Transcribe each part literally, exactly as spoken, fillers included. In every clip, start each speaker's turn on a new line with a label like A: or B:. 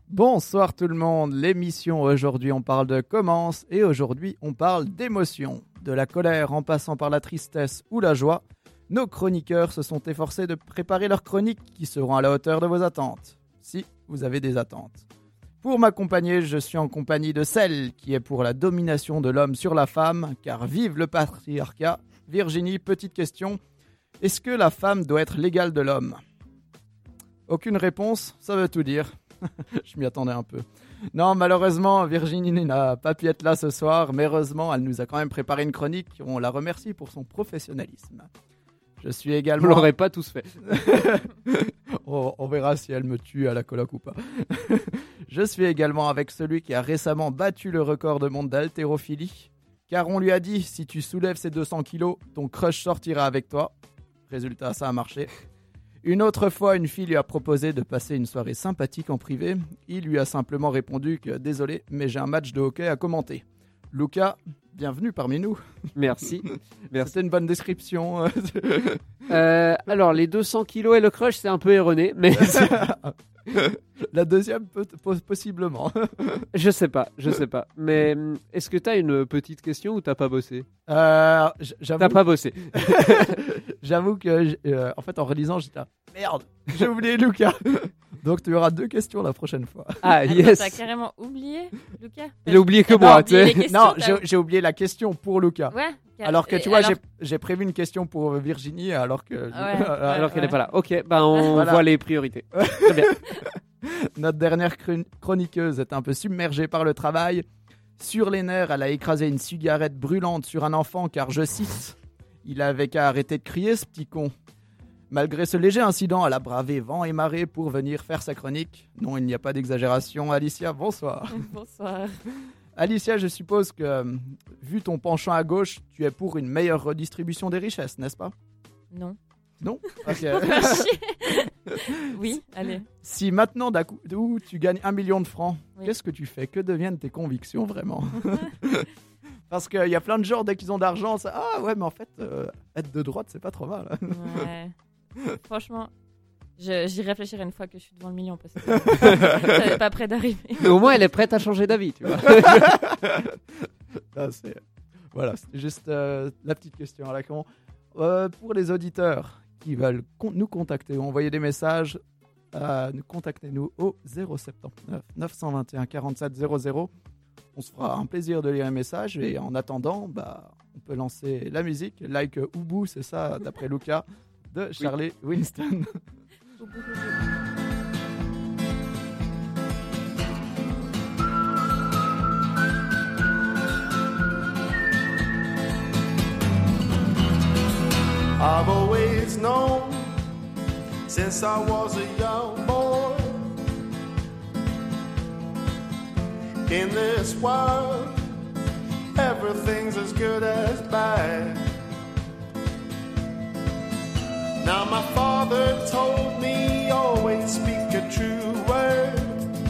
A: Bonsoir tout le monde, l'émission aujourd'hui on parle de commence et aujourd'hui on parle d'émotions. De la colère en passant par la tristesse ou la joie, nos chroniqueurs se sont efforcés de préparer leurs chroniques qui seront à la hauteur de vos attentes, si vous avez des attentes. Pour m'accompagner, je suis en compagnie de celle qui est pour la domination de l'homme sur la femme, car vive le patriarcat. Virginie, petite question, est-ce que la femme doit être l'égale de l'homme ? Aucune réponse, ça veut tout dire. Je m'y attendais un peu. Non, malheureusement, Virginie n'a pas pu être là ce soir, mais heureusement, elle nous a quand même préparé une chronique. On la remercie pour son professionnalisme. Je suis également...
B: Vous l'aurez pas tous fait.
A: on, on verra si elle me tue à la coloc ou pas. Je suis également avec celui qui a récemment battu le record de monde d'haltérophilie, car on lui a dit, si tu soulèves ces deux cents kilos, ton crush sortira avec toi. Résultat, ça a marché. Une autre fois, une fille lui a proposé de passer une soirée sympathique en privé. Il lui a simplement répondu que « Désolé, mais j'ai un match de hockey à commenter ». Lucas, bienvenue parmi nous.
B: Merci. Merci.
A: C'était une bonne description.
B: euh, alors, les deux cents kilos et le crush, c'est un peu erroné, mais...
A: La deuxième, peut, possiblement.
B: Je sais pas, je sais pas. Mais est-ce que t'as une petite question ou t'as pas bossé ?
A: euh, j'avoue...
B: T'as pas bossé.
A: J'avoue que, euh, en fait, en relisant, j'étais là, merde, j'ai oublié Lucas. Donc, tu auras deux questions la prochaine fois.
B: Ah, yes.
C: T'as carrément oublié, Lucas ?
B: Il a oublié que moi, tu sais.
A: Non, j'ai, j'ai oublié la question pour Lucas.
C: Ouais.
A: Alors que tu vois,
C: alors...
A: j'ai, j'ai prévu une question pour Virginie, alors que...
C: Ouais,
B: alors
C: ouais,
B: qu'elle
C: ouais.
B: n'est pas là. Ok, bah on
A: voilà.
B: voit les priorités. Très bien.
A: Notre dernière chroniqueuse est un peu submergée par le travail. Sur les nerfs, elle a écrasé une cigarette brûlante sur un enfant car, je cite, « Il avait qu'à arrêter de crier, ce petit con ». Malgré ce léger incident, elle a bravé vent et marée pour venir faire sa chronique. Non, il n'y a pas d'exagération. Alicia, bonsoir.
C: Bonsoir.
A: Alicia, je suppose que, vu ton penchant à gauche, tu es pour une meilleure redistribution des richesses, n'est-ce pas ?
C: Non.
A: Non ? Ok.
C: Oui, allez.
A: Si maintenant, d'un coup, tu gagnes un million de francs,
C: oui.
A: Qu'est-ce que tu fais ? Que deviennent tes convictions, vraiment ? Parce qu'il y a plein de gens, dès qu'ils ont d'argent, ça, ah ouais, mais en fait, euh, être de droite, c'est pas trop mal.
C: Ouais. Franchement, je, j'y réfléchirai une fois que je suis devant le million, parce que ça n'est pas près d'arriver.
B: Mais au moins, elle est prête à changer d'avis, tu vois.
A: Ah, c'est... Voilà, c'était juste euh, la petite question à la con. Euh, pour les auditeurs qui veulent con- nous contacter ou envoyer des messages, euh, contactez-nous au zéro sept neuf neuf cent vingt et un quarante-sept zéro zéro. On se fera un plaisir de lire les messages et en attendant, bah, on peut lancer la musique. Like Ubu, c'est ça, d'après Lucas, de Charlie oui. Winston.
D: I've always known since I was a young boy in this world everything's as good as bad. Now my father told me always speak a true word,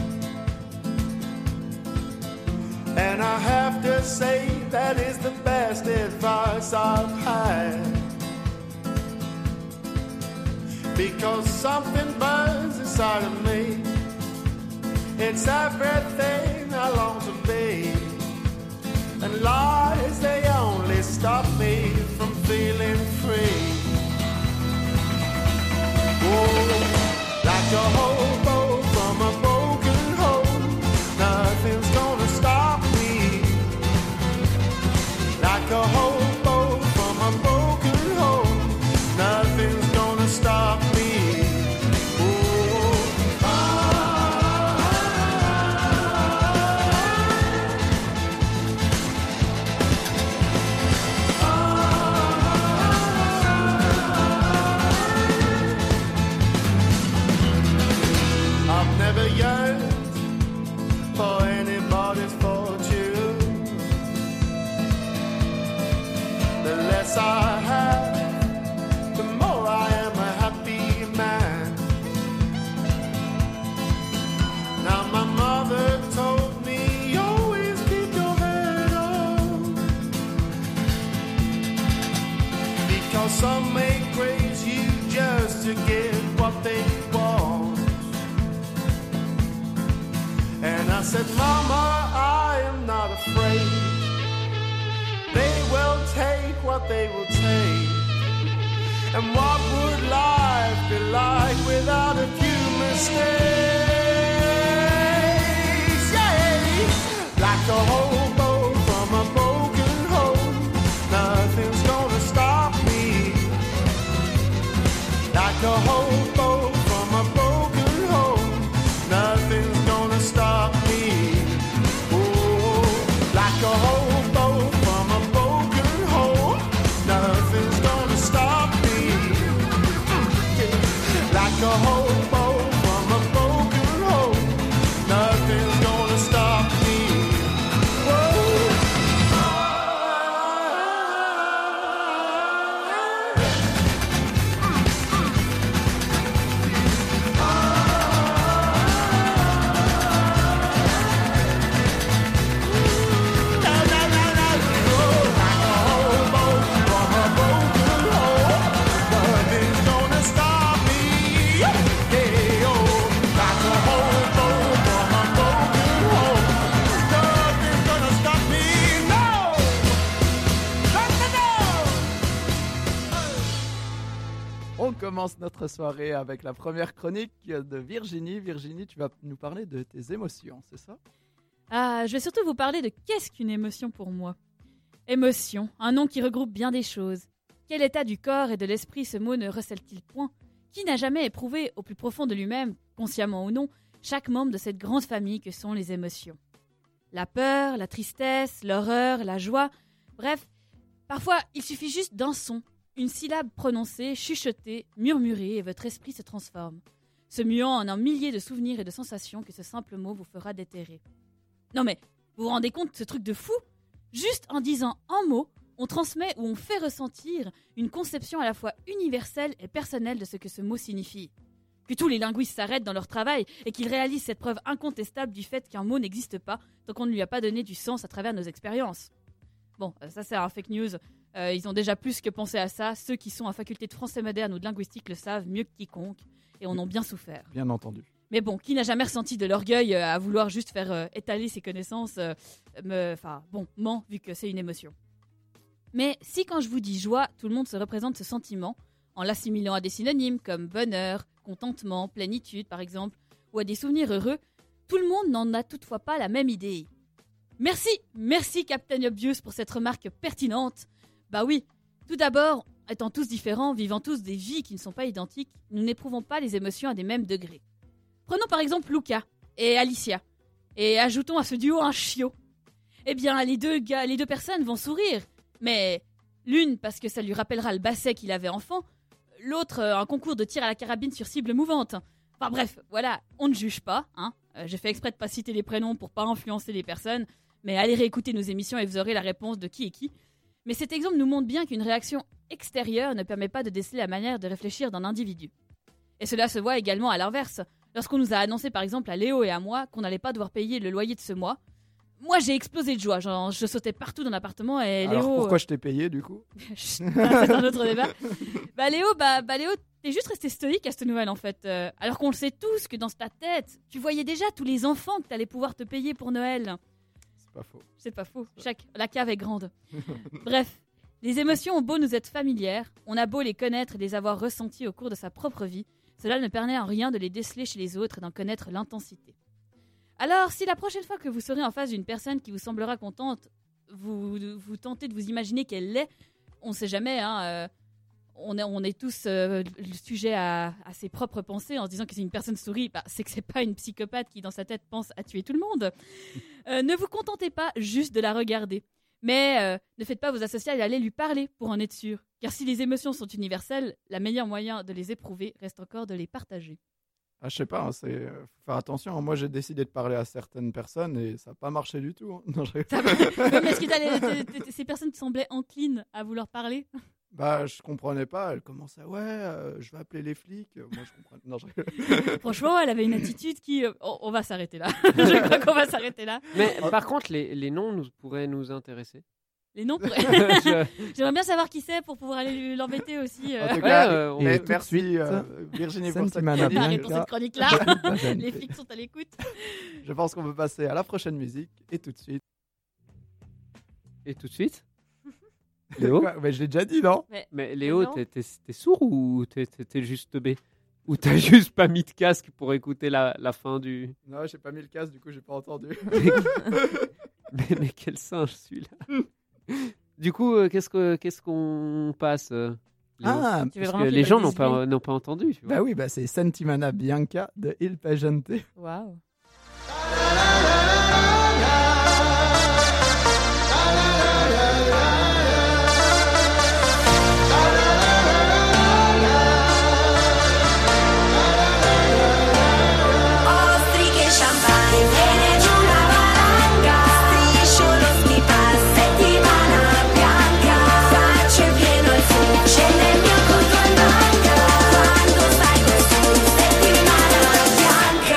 D: and I have to say that is the best advice I've had. Because something burns inside of me. It's everything I long to be. And lies, they only stop me from feeling free. Oh, like a hobo from a broken home, nothing's gonna stop me. Like a hobo from a broken home, nothing's gonna stop me. I have, the more I am a happy man. Now my mother told me always keep your head up, because some may praise you just to get what they want. I said, Mama, I am not afraid. They will take what they will take. And what would life be like without a few mistakes? Yeah, like a hobo from a broken home, nothing's gonna stop me. Like a hobo from a broken home, nothing's gonna stop me. Oh, like a hobo from a broken home, nothing's gonna stop me. Like a hobo from a broken home, nothing's gonna stop me.
A: On commence notre soirée avec la première chronique de Virginie. Virginie, tu vas nous parler de tes émotions, c'est ça ?
E: Ah, je vais surtout vous parler de qu'est-ce qu'une émotion pour moi. Émotion, un nom qui regroupe bien des choses. Quel état du corps et de l'esprit ce mot ne recèle-t-il point ? Qui n'a jamais éprouvé au plus profond de lui-même, consciemment ou non, chaque membre de cette grande famille que sont les émotions ? La peur, la tristesse, l'horreur, la joie, bref, parfois il suffit juste d'un son, une syllabe prononcée, chuchotée, murmurée et votre esprit se transforme, se muant en un millier de souvenirs et de sensations que ce simple mot vous fera déterrer. Non mais, vous vous rendez compte de ce truc de fou ? Juste en disant un mot, on transmet ou on fait ressentir une conception à la fois universelle et personnelle de ce que ce mot signifie. Que tous les linguistes s'arrêtent dans leur travail et qu'ils réalisent cette preuve incontestable du fait qu'un mot n'existe pas tant qu'on ne lui a pas donné du sens à travers nos expériences. Bon, ça c'est un fake news. Euh, ils ont déjà plus que pensé à ça. Ceux qui sont en faculté de français moderne ou de linguistique le savent mieux que quiconque et en ont bien souffert.
A: Bien entendu.
E: Mais bon, qui n'a jamais ressenti de l'orgueil euh, à vouloir juste faire euh, étaler ses connaissances euh, me... Enfin, bon, ment, vu que c'est une émotion. Mais si quand je vous dis joie, tout le monde se représente ce sentiment, en l'assimilant à des synonymes comme bonheur, contentement, plénitude par exemple, ou à des souvenirs heureux, tout le monde n'en a toutefois pas la même idée. Merci, merci Captain Obvious pour cette remarque pertinente. Bah oui, tout d'abord, étant tous différents, vivant tous des vies qui ne sont pas identiques, nous n'éprouvons pas les émotions à des mêmes degrés. Prenons par exemple Luca et Alicia, et ajoutons à ce duo un chiot. Eh bien, les deux, gars, les deux personnes vont sourire, mais l'une parce que ça lui rappellera le basset qu'il avait enfant, l'autre un concours de tir à la carabine sur cible mouvante. Enfin bref, voilà, on ne juge pas, hein. Euh, j'ai fait exprès de pas citer les prénoms pour pas influencer les personnes, mais allez réécouter nos émissions et vous aurez la réponse de qui est qui. Mais cet exemple nous montre bien qu'une réaction extérieure ne permet pas de déceler la manière de réfléchir d'un individu. Et cela se voit également à l'inverse. Lorsqu'on nous a annoncé par exemple à Léo et à moi qu'on n'allait pas devoir payer le loyer de ce mois, moi j'ai explosé de joie, genre je sautais partout dans l'appartement et Léo...
A: Alors pourquoi je t'ai payé du coup ?
E: C'est un autre débat. Bah Léo, bah, bah Léo, t'es juste resté stoïque à cette nouvelle en fait. Euh, alors qu'on le sait tous que dans ta tête, tu voyais déjà tous les enfants que t'allais pouvoir te payer pour Noël.
A: C'est pas faux.
E: C'est pas faux. Chaque... La cave est grande. Bref, les émotions ont beau nous être familières, on a beau les connaître et les avoir ressenties au cours de sa propre vie, cela ne permet en rien de les déceler chez les autres et d'en connaître l'intensité. Alors, si la prochaine fois que vous serez en face d'une personne qui vous semblera contente, vous, vous tentez de vous imaginer qu'elle l'est, on sait jamais, hein, euh, on, est, on est tous euh, le sujet à, à ses propres pensées en se disant que si une personne sourit, bah, c'est que c'est pas une psychopathe qui dans sa tête pense à tuer tout le monde. Euh, ne vous contentez pas juste de la regarder, mais euh, ne faites pas vos associés à aller lui parler pour en être sûr. Car si les émotions sont universelles, le meilleur moyen de les éprouver reste encore de les partager.
A: Ah, je sais pas, hein, c'est euh, faut faire attention. Moi, j'ai décidé de parler à certaines personnes et ça n'a pas marché du tout. Hein. Non, je...
E: mais est-ce que t'as les, t'es, t'es, ces personnes semblaient enclines à vouloir parler ?
A: Bah, je comprenais pas. Elle commençait, ouais, euh, je vais appeler les flics. Moi, je comprenais. Non, je...
E: Franchement, elle avait une attitude qui. Euh, on, on va s'arrêter là. Je crois qu'on va s'arrêter là.
B: Mais par contre, les, les noms nous, pourraient nous intéresser.
E: Les noms pourraient... je... J'aimerais bien savoir qui c'est pour pouvoir aller l'embêter aussi. Euh...
A: En tout cas,
B: ouais, euh, on...
A: et merci euh, Virginie pour cette chronique.
E: Arrêtons cette chronique-là. Les flics sont à l'écoute.
A: Je pense qu'on peut passer à la prochaine musique et tout de suite.
B: Et tout de suite Léo
A: Quoi Mais je l'ai déjà dit, non?
B: Mais Léo,
C: Non.
B: t'es, t'es, t'es sourd ou t'es, t'es, t'es juste B? Ou t'as juste pas mis de casque pour écouter la, la fin du...
A: Non, j'ai pas mis le casque, du coup j'ai pas entendu.
B: mais, mais quel singe celui-là. Du coup, euh, qu'est-ce, que, qu'est-ce qu'on passe euh, Léo
A: Ah,
C: Tu veux
B: Parce
C: vraiment
B: que
C: qu'il
B: les gens n'ont
C: dise
B: pas,
C: lui
B: n'ont pas entendu. Tu vois.
A: bah oui, bah c'est Sentimana Bianca de Il Pagente.
C: Waouh.
F: Ostriche e champagne, viene giù una valanga, striscio lo ski pass, settimana bianca, faccio il pieno al su, scende il mio conto in banca, quando salgo su, settimana bianca.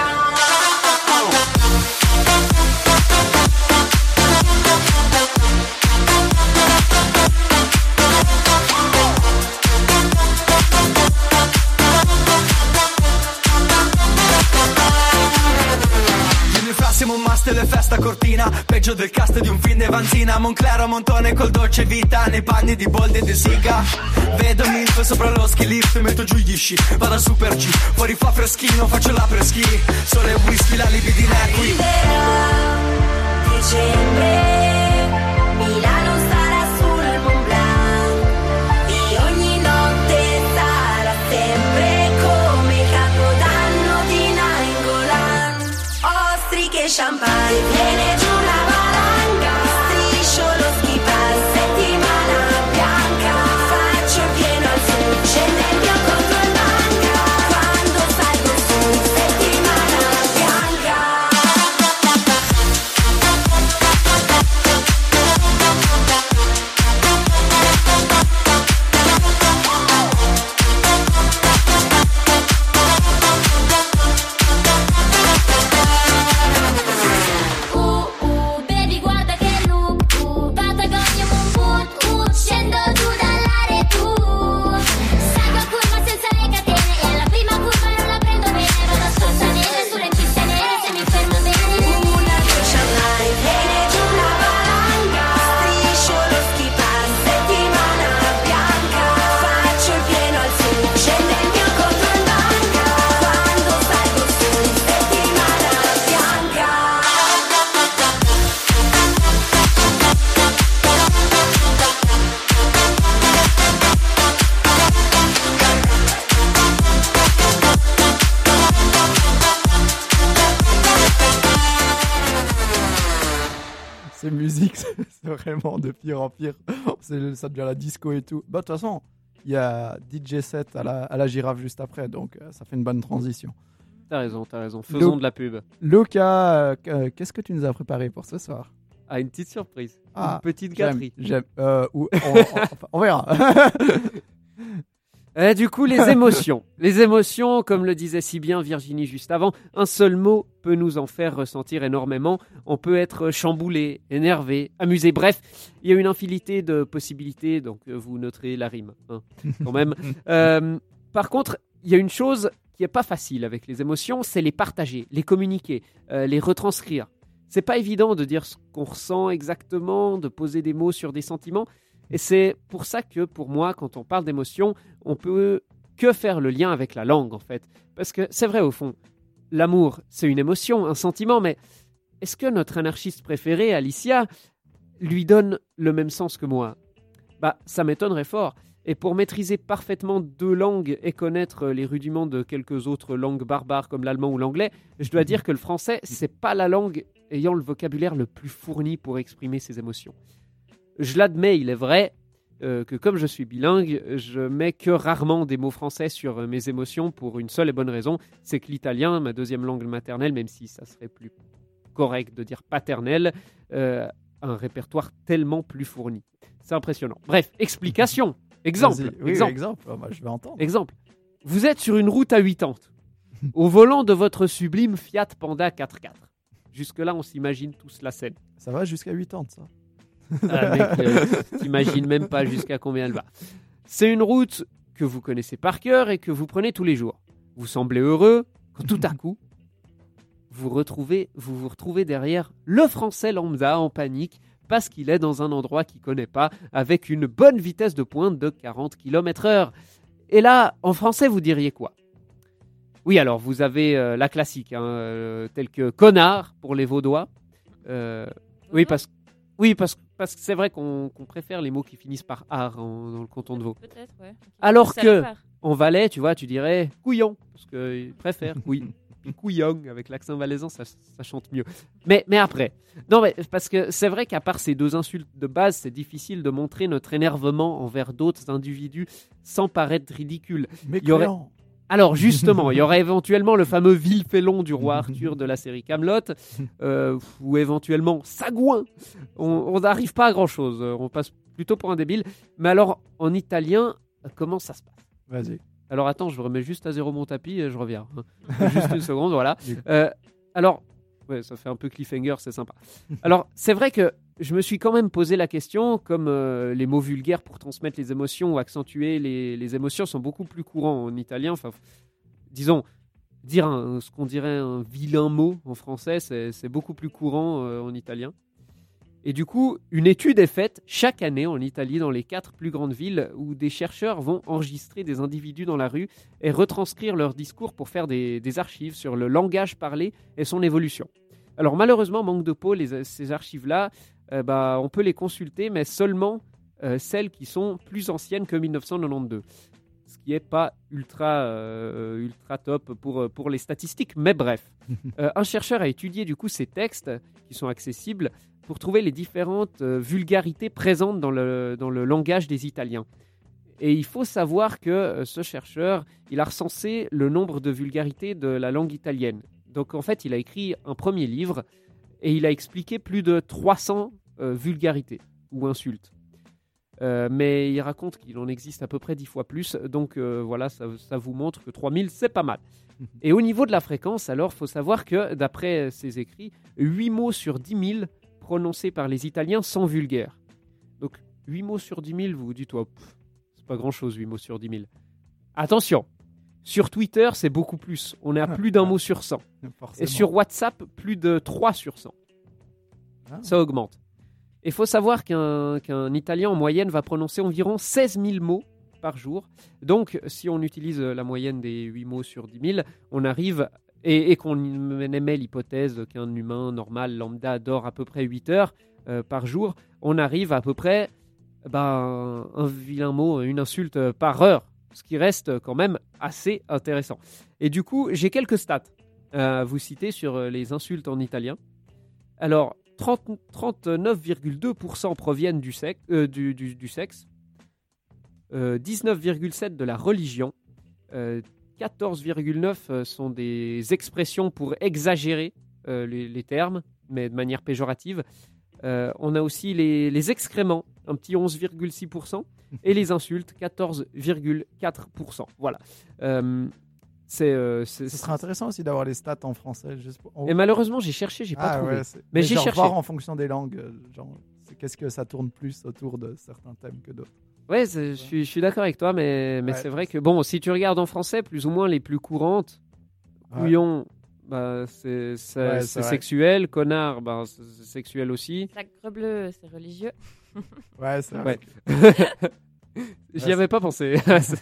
G: Io e Fra siamo un must delle festa cortina, peggio del cast di un film di Vanzina. Monclero, Montone col dolce vita, nei panni di Boldi e di Siga. Vedo milf sopra lo ski lift, metto giù gli sci, vado al super G, fuori fa freschino, faccio la preschi, sole e whisky, la libidina è qui.
F: Arriverà dicembre, Milano sarà sul Mont Blanc, e ogni notte sarà sempre come Capodanno di Nainggolan. Ostriche e champagne, viene giù una valanga, striscio lo ski pass, settimana bianca, faccio il pieno al su, scende il mio conto in banca, quando salgo su, settimana bianca.
H: Uh, uh, baby guarda che look, uh, Patagonia un boot, uh, scendo giù dall'area tu, salgo a curva senza le catene e alla prima curva non la prendo bene, vado a sostenere sulle piste nere se mi fermo bene.
F: Una doccia mai, viene giù una valanga, striscio lo ski pass, settimana bianca, faccio il pieno al su, scende il mio conto in banca, quando salgo su, settimana bianca.
A: Ces musiques, c'est c'est vraiment de pire en pire. C'est- ça devient la disco et tout. Bah, de toute façon, il y a D J set à la, à la girafe juste après, donc euh, ça fait une bonne transition.
B: T'as raison, t'as raison. Faisons
A: Le-
B: de la pub.
A: Luca, euh, euh, qu'est-ce que tu nous as préparé pour ce soir?
B: Ah, une petite surprise.
A: Ah,
B: Une petite
A: J'aime,
B: gâterie.
A: j'aime. Euh, ou- on, on- enfin, on verra.
B: Eh, du coup, les émotions. Les émotions, comme le disait si bien Virginie juste avant, un seul mot peut nous en faire ressentir énormément. On peut être chamboulé, énervé, amusé. Bref, il y a une infinité de possibilités, donc euh, vous noterez la rime, hein, quand même. Euh, par contre, il y a une chose qui n'est pas facile avec les émotions, c'est les partager, les communiquer, euh, les retranscrire. C'est pas évident de dire ce qu'on ressent exactement, de poser des mots sur des sentiments. Et c'est pour ça que, pour moi, quand on parle d'émotion, on peut que faire le lien avec la langue, en fait. Parce que c'est vrai, au fond, l'amour, c'est une émotion, un sentiment, mais est-ce que notre anarchiste préféré, Alicia, lui donne le même sens que moi? Bah, ça m'étonnerait fort. Et pour maîtriser parfaitement deux langues et connaître les rudiments de quelques autres langues barbares comme l'allemand ou l'anglais, je dois dire que le français, c'est pas la langue ayant le vocabulaire le plus fourni pour exprimer ses émotions. Je l'admets, il est vrai euh, que comme je suis bilingue, je mets que rarement des mots français sur euh, mes émotions pour une seule et bonne raison, c'est que l'italien, ma deuxième langue maternelle, même si ça serait plus correct de dire paternelle, euh, a un répertoire tellement plus fourni. C'est impressionnant. Bref, explication. Exemple.
A: Vas-y. Oui,
B: exemple.
A: exemple. Oh, bah, je vais entendre.
B: Exemple. Vous êtes sur une route à huit ans, au volant de votre sublime Fiat Panda quatre-quatre. Jusque-là, on s'imagine tous la scène.
A: Ça va jusqu'à huit ans, ça.
B: Ah, mec, euh, t'imagines même pas jusqu'à combien elle va. C'est une route que vous connaissez par cœur et que vous prenez tous les jours. Vous semblez heureux quand tout à coup, vous retrouvez, vous vous retrouvez derrière le français lambda en panique parce qu'il est dans un endroit qu'il ne connaît pas avec une bonne vitesse de pointe de quarante kilomètres heure. Et là, en français, vous diriez quoi ? Oui, alors vous avez euh, la classique, hein, euh, telle que connard pour les Vaudois. Euh, oui, parce, oui parce, parce que c'est vrai qu'on, qu'on préfère les mots qui finissent par ar en- dans le canton de Vaud.
C: Peut-être, ouais. Ok.
B: Alors
C: Je savais
B: que-
C: pas.
B: En Valais, tu vois, tu dirais couillon, parce qu'ils préfèrent oui. Puis couillon, avec l'accent valaisan, ça, ça chante mieux. Mais, mais après, non, mais parce que c'est vrai qu'à part ces deux insultes de base, c'est difficile de montrer notre énervement envers d'autres individus sans paraître ridicule.
A: Mais
B: Il y aurait-
A: créant.
B: Alors justement, il y aurait éventuellement le fameux Villefélon du roi Arthur de la série Camelot, euh, ou éventuellement Sagouin. On on n'arrive pas à grand chose. On passe plutôt pour un débile. Mais alors en italien, comment ça se passe ?
A: Vas-y.
B: Alors attends, je remets juste à zéro mon tapis et je reviens. hein. Juste une seconde, voilà. Euh, alors, ouais, ça fait un peu cliffhanger, c'est sympa. Alors, c'est vrai que je me suis quand même posé la question, comme euh, les mots vulgaires pour transmettre les émotions ou accentuer les, les émotions sont beaucoup plus courants en italien. Enfin, f- disons, dire un- ce qu'on dirait un vilain mot en français, c'est, c'est beaucoup plus courant euh, en italien. Et du coup, une étude est faite chaque année en Italie dans les quatre plus grandes villes où des chercheurs vont enregistrer des individus dans la rue et retranscrire leurs discours pour faire des, des archives sur le langage parlé et son évolution. Alors malheureusement, manque de peau, les, ces archives-là, euh, bah, on peut les consulter, mais seulement euh, celles qui sont plus anciennes que mille neuf cent quatre-vingt-douze. Ce qui n'est pas ultra, euh, ultra top pour, pour les statistiques, mais bref. Euh, un chercheur a étudié du coup ces textes qui sont accessibles pour trouver les différentes euh, vulgarités présentes dans le, dans le langage des Italiens. Et il faut savoir que euh, ce chercheur, il a recensé le nombre de vulgarités de la langue italienne. Donc en fait, il a écrit un premier livre et il a expliqué plus de trois cents euh, vulgarités ou insultes. Euh, mais il raconte qu'il en existe à peu près dix fois plus. Donc euh, voilà, ça, ça vous montre que trois mille, c'est pas mal. Et au niveau de la fréquence, alors, il faut savoir que, d'après ses écrits, huit mots sur dix mille prononcés par les Italiens sont vulgaires. Donc, huit mots sur dix mille, vous vous dites, oh, pff, c'est pas grand-chose, huit mots sur dix mille. Attention, sur Twitter, c'est beaucoup plus. On est à plus d'un mot sur cent.
A: Forcément.
B: Et sur WhatsApp, plus de trois sur cent.
A: Ah.
B: Ça augmente. Il faut savoir qu'un, qu'un Italien, en moyenne, va prononcer environ seize mille mots par jour. Donc, si on utilise la moyenne des huit mots sur dix mille, on arrive, et, et qu'on émet l'hypothèse qu'un humain normal, lambda, dort à peu près huit heures euh, par jour, on arrive à peu près ben, un vilain mot, une insulte par heure, ce qui reste quand même assez intéressant. Et du coup, j'ai quelques stats à vous citer sur les insultes en italien. Alors, trente, trente-neuf virgule deux pour cent proviennent du, sec, euh, du, du, du sexe, euh, dix-neuf virgule sept pour cent de la religion, euh, quatorze virgule neuf pour cent sont des expressions pour exagérer euh, les, les termes, mais de manière péjorative. Euh, on a aussi les, les excréments, un petit onze virgule six pour cent, et les insultes, quatorze virgule quatre pour cent. Voilà. Euh, c'est, euh, c'est,
A: Ce serait intéressant aussi d'avoir les stats en français. Juste pour-
B: Et malheureusement, j'ai cherché, j'ai pas
A: Ah
B: trouvé.
A: ouais, c'est-
B: Mais j'ai
A: genre
B: cherché.
A: voir en fonction des langues, euh, genre, c'est qu'est-ce que ça tourne plus autour de certains thèmes que d'autres.
B: Ouais, c'est- je suis, je suis d'accord avec toi, mais, mais
A: Ouais.
B: c'est vrai que, bon, si tu regardes en français, plus ou moins les plus courantes,
A: Ouais.
B: couillon, bah, c'est, c'est,
A: Ouais,
B: c'est
A: c'est vrai.
B: sexuel, connard, bah, c'est, c'est sexuel aussi.
C: Sacre bleu, c'est religieux.
A: Ouais, c'est vrai.
B: Ouais. J'y
A: Ouais,
B: avais pas pensé.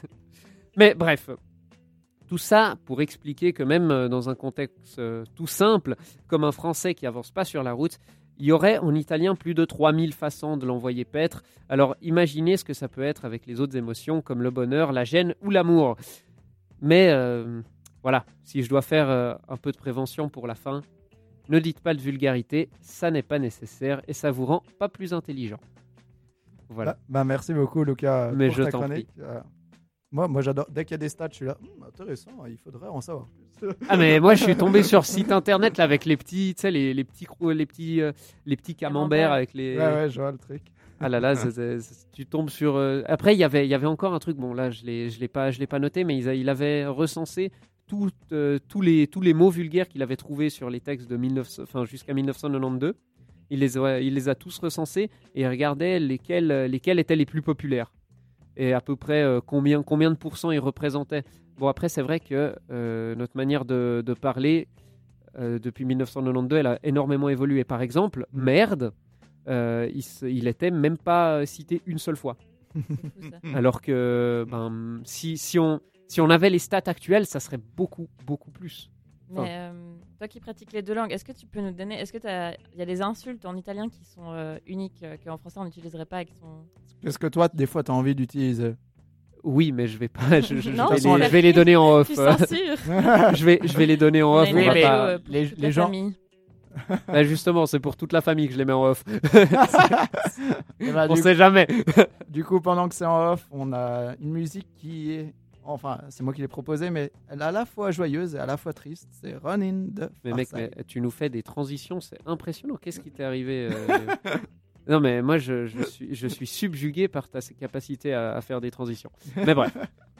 B: Mais bref, tout ça pour expliquer que même euh, dans un contexte euh, tout simple, comme un Français qui avance pas sur la route, il y aurait en italien plus de trois mille façons de l'envoyer paître. Alors imaginez ce que ça peut être avec les autres émotions comme le bonheur, la gêne ou l'amour. Mais euh, voilà, si je dois faire euh, un peu de prévention pour la fin, ne dites pas de vulgarité, ça n'est pas nécessaire et ça vous rend pas plus intelligent. Voilà.
A: Bah, bah, merci beaucoup, Lucas,
B: Mais
A: pour
B: je
A: ta
B: t'en
A: chronique. Euh, moi, moi j'adore. Dès qu'il y a des stats, je suis là. Hum, intéressant, il faudrait en savoir plus.
B: Ah mais moi je suis tombé sur site internet là avec les petits, tu sais les, les petits cro- les petits euh, les petits camemberts
C: Camembert.
B: avec les.
A: Ouais, ouais, je vois le truc.
B: Ah là là, c'est- c'est- c'est- tu tombes sur. euh, Après il y avait il y avait encore un truc. Bon là je l'ai je l'ai pas je l'ai pas noté, mais il, a- il avait recensé tout, euh, tous les tous les mots vulgaires qu'il avait trouvés sur les textes de mille neuf cents, enfin jusqu'à mille neuf cent quatre-vingt-douze. Il les a, il les a tous recensés et il regardait lesquels lesquels étaient les plus populaires et à peu près euh, combien combien de pourcents ils représentaient. Bon après c'est vrai que euh, notre manière de, de parler euh, depuis mille neuf cent quatre-vingt-douze, elle a énormément évolué. Par exemple, merde, euh, il, se- il était même pas cité une seule fois.
C: C'est fou, ça.
B: Alors que ben, si, si, on, si on avait les stats actuelles, ça serait beaucoup, beaucoup plus.
C: Mais euh, toi qui pratiques les deux langues, est-ce que tu peux nous donner, est-ce que t'as- il y a des insultes en italien qui sont euh, uniques, euh, qu'en français on n'utiliserait pas et qui sont...
A: Qu'est-ce que toi, des fois, tu as envie d'utiliser?
B: Oui, mais je vais pas. Je, je- je
C: Non,
B: vais,
A: tu
B: les, je vais les donner en off.
C: Tu censures.
B: je, vais, je vais les donner en
C: On a
B: off.
C: une
B: on va
C: radio,
B: pas-
C: euh, pour
A: les-
C: toute
A: les
C: la
A: gens-
C: famille.
B: Bah, justement, c'est pour toute la famille que je les mets en off.
A: Eh ben,
B: On
A: du,
B: sait jamais.
A: du coup, pendant que c'est en off, on a une musique qui est. Enfin, c'est moi qui l'ai proposée, mais elle est à la fois joyeuse et à la fois triste. C'est Running de
B: Mais mec,
A: Pharcyde.
B: mais tu nous fais des transitions, c'est impressionnant. Qu'est-ce qui t'est arrivé euh, Non, mais moi, je, je suis, je suis subjugué par ta capacité à, à faire des transitions. Mais bref.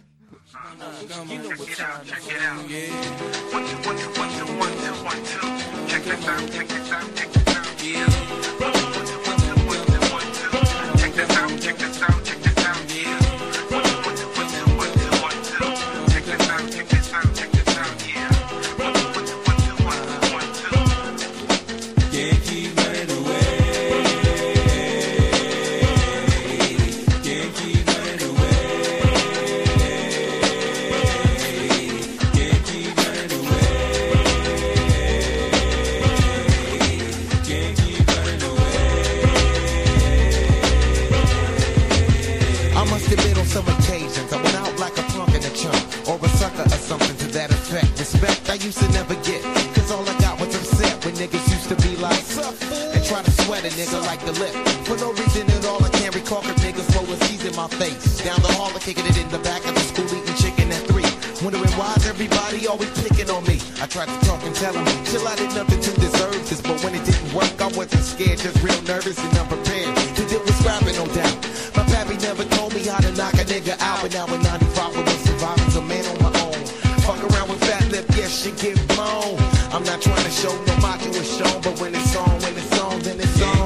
I: I must admit on some occasions I went out like a punk in a chunk or a sucker or something to that effect. Respect I used to never get, cause all I got was upset when niggas used to be like, "Sup, fool?" and try to sweat a nigga like the lip. For no reason at all, I can't recall cause niggas roll with C's in my face. Down the hall, I kicking it in the back of the school eating chicken at three. Wondering why's everybody always picking on me. I tried to talk and tell them, chill, I did nothing to deserve this. But when it didn't work, I wasn't scared, just real nervous and unprepared. To deal with scrapping, no doubt. My pappy never told me how to knock a nigga out. But now in ninety-five, I was surviving, a man on my own. Fuck around with fat lip, yes, shit get blown. I'm not trying to show no macho is shown. But when it's on, when it's on, then it's on.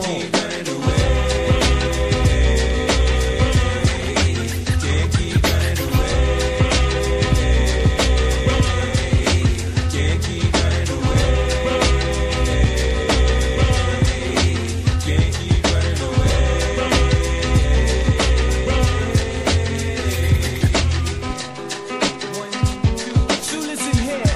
G: So listen here.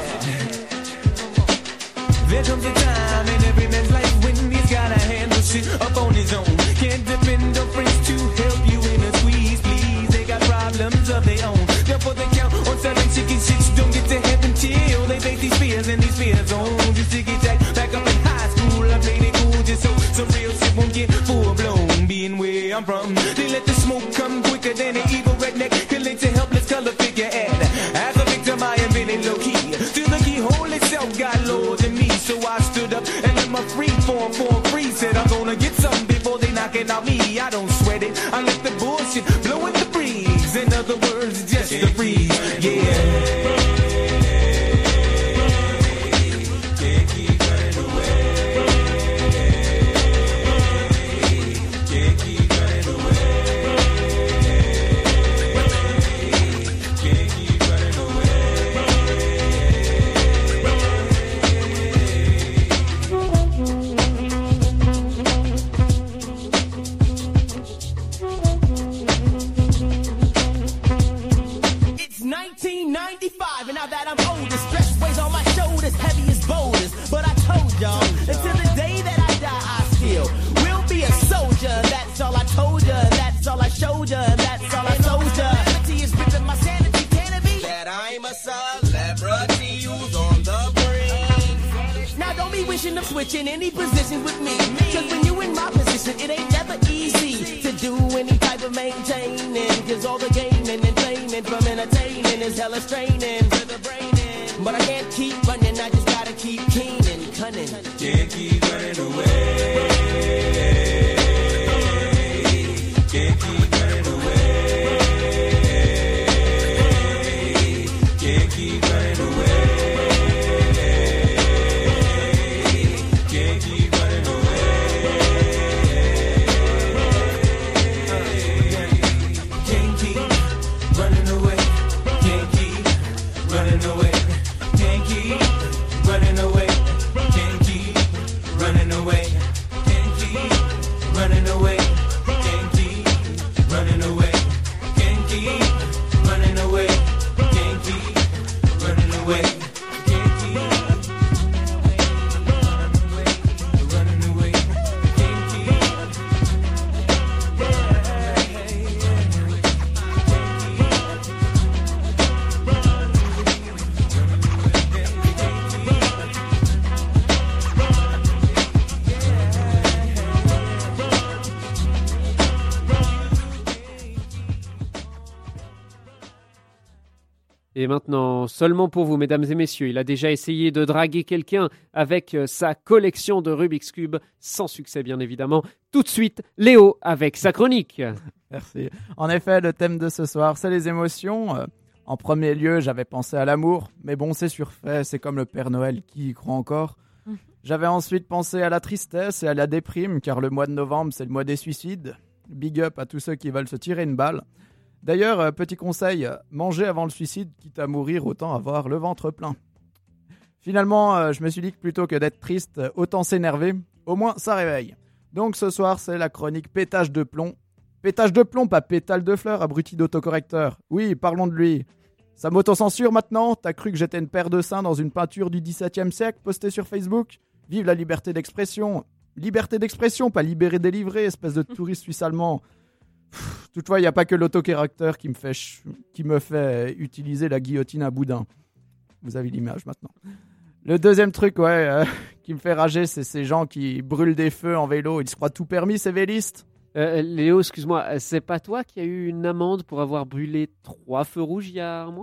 G: There comes a time in every man's life when he's gotta handle shit up on his own. Can't depend on friends to help you in a squeeze, please. They got problems of their own. Therefore they count on selling chicken shits. Don't get to heaven till they face these fears and these fears on. Just to get jacked back up in high school, I played it cool just so some real shit won't get full blown. Being where I'm from, they let the smoke come quicker than an evil redneck. Killing to helpless color figure and as a victim I am really low key. Till the keyhole itself got lower than me, so I stood up and let my free form form free. Said I'm gonna get something before they knocking out me. I don't sweat it, I let the bullshit blow in the breeze. In other words, just the breeze, yeah. It's nineteen ninety-five, and now that I'm older, stress weighs on my shoulders, heavy as boulders. But I told y'all, until the day that I die, I still will be a soldier. That's all I told ya, that's all I showed ya, that's all I told ya. Calamity is ripping my sanity, can it be? That I'm a celebrity who's on the brink. Now don't be wishing of switching any positions with me. Cause when you in my position, it ain't never easy to do any type of maintaining. Cause all the gaming and training from entertaining is hella straining to the brain. But I can't keep running, I just gotta keep keen and cunning. Can't keep running away. Can't keep running away. Can't keep running away. Can't keep running away. Can't keep running away. Can't keep running away. Can't keep running away.
B: Et maintenant, seulement pour vous, mesdames et messieurs, il a déjà essayé de draguer quelqu'un avec euh, sa collection de Rubik's Cube, sans succès bien évidemment. Tout de suite, Léo avec sa chronique.
A: Merci. En effet, le thème de ce soir, c'est les émotions. Euh, en premier lieu, j'avais pensé à l'amour, mais bon, c'est surfait, c'est comme le Père Noël, qui y croit encore.
C: Mhm.
A: J'avais ensuite pensé à la tristesse et à la déprime, car le mois de novembre, c'est le mois des suicides. Big up à tous ceux qui veulent se tirer une balle. D'ailleurs, euh, petit conseil, euh, manger avant le suicide, quitte à mourir, autant avoir le ventre plein. Finalement, euh, je me suis dit que plutôt que d'être triste, euh, autant s'énerver, au moins ça réveille. Donc ce soir, c'est la chronique pétage de plomb. Pétage de plomb, pas pétale de fleurs, abruti d'autocorrecteur. Oui, parlons de lui. Ça m'autocensure maintenant? T'as cru que j'étais une paire de seins dans une peinture du dix-septième siècle postée sur Facebook? Vive la liberté d'expression. Liberté d'expression, pas libéré délivré, espèce de touriste suisse allemand. Pff, toutefois, il n'y a pas que l'autocorrecteur qui me fait ch- qui me fait utiliser la guillotine à boudin. Vous avez l'image maintenant. Le deuxième truc, ouais, euh, qui me fait rager, c'est ces gens qui brûlent des feux en vélo. Ils se croient tout permis, ces vélistes.
B: Euh, Léo, excuse-moi, euh, c'est pas toi qui as eu une amende pour avoir brûlé trois feux rouges il y a un mois?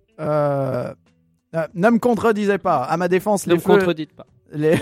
A: Euh, euh, ne me contredisez pas. À ma défense,
B: Ne
A: les
B: me
A: feux,
B: contredites pas.
A: les...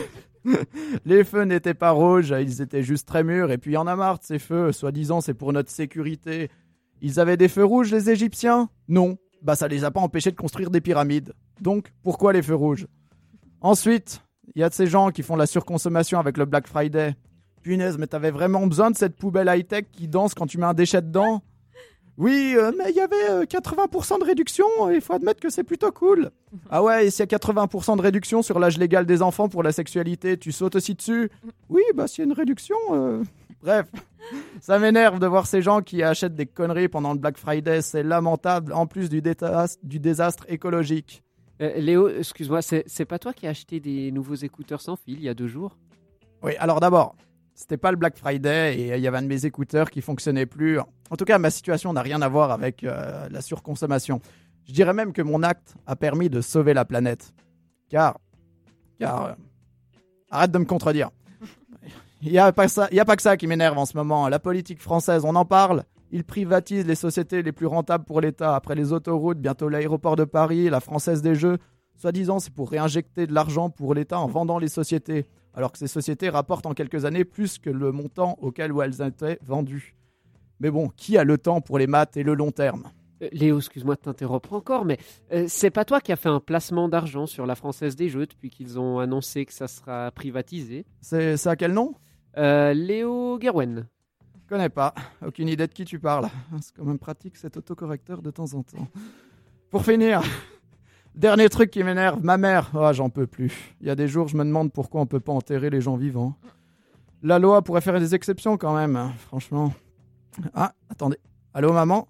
A: les feux n'étaient pas rouges, ils étaient juste très mûrs. Et puis il y en a marre de ces feux. Soi-disant, c'est pour notre sécurité. Ils avaient des feux rouges, les Égyptiens? Non. Bah, ça les a pas empêchés de construire des pyramides. Donc, pourquoi les feux rouges? Ensuite, il y a de ces gens qui font la surconsommation avec le Black Friday. Punaise, mais t'avais vraiment besoin de cette poubelle high-tech qui danse quand tu mets un déchet dedans? Oui, euh, mais il y avait euh, quatre-vingts pour cent de réduction, il faut admettre que c'est plutôt cool. Ah ouais, et s'il y a quatre-vingts pour cent de réduction sur l'âge légal des enfants pour la sexualité, tu sautes aussi dessus? Oui, bah s'il y a une réduction... euh, Bref, ça m'énerve de voir ces gens qui achètent des conneries pendant le Black Friday, c'est lamentable, en plus du, détas- du désastre écologique.
B: Euh, Léo, excuse-moi, c'est, c'est pas toi qui as acheté des nouveaux écouteurs sans fil il y a deux jours?
A: Oui, alors d'abord, c'était pas le Black Friday et il y avait un de mes écouteurs qui fonctionnait plus. En tout cas, ma situation n'a rien à voir avec euh, la surconsommation. Je dirais même que mon acte a permis de sauver la planète. Car, car, euh, arrête de me contredire. Il n'y a pas ça, il y a pas que ça qui m'énerve en ce moment. La politique française, on en parle. Ils privatisent les sociétés les plus rentables pour l'État. Après les autoroutes, bientôt l'aéroport de Paris, la Française des Jeux. Soi-disant, c'est pour réinjecter de l'argent pour l'État en vendant les sociétés. Alors que ces sociétés rapportent en quelques années plus que le montant auquel où elles étaient vendues. Mais bon, qui a le temps pour les maths et le long terme?
B: Euh, Léo, excuse-moi de t'interrompre encore, mais euh, c'est pas toi qui as fait un placement d'argent sur la Française des Jeux depuis qu'ils ont annoncé que ça sera privatisé?
A: C'est, c'est à quel nom?
B: Euh, Léo Guerwen.
A: Je connais pas. Aucune idée de qui tu parles. C'est quand même pratique cet autocorrecteur de temps en temps. Pour finir, dernier truc qui m'énerve, ma mère. Ah, j'en peux plus. Il y a des jours, je me demande pourquoi on peut pas enterrer les gens vivants. La loi pourrait faire des exceptions quand même, hein, franchement. Ah, attendez. Allô, maman?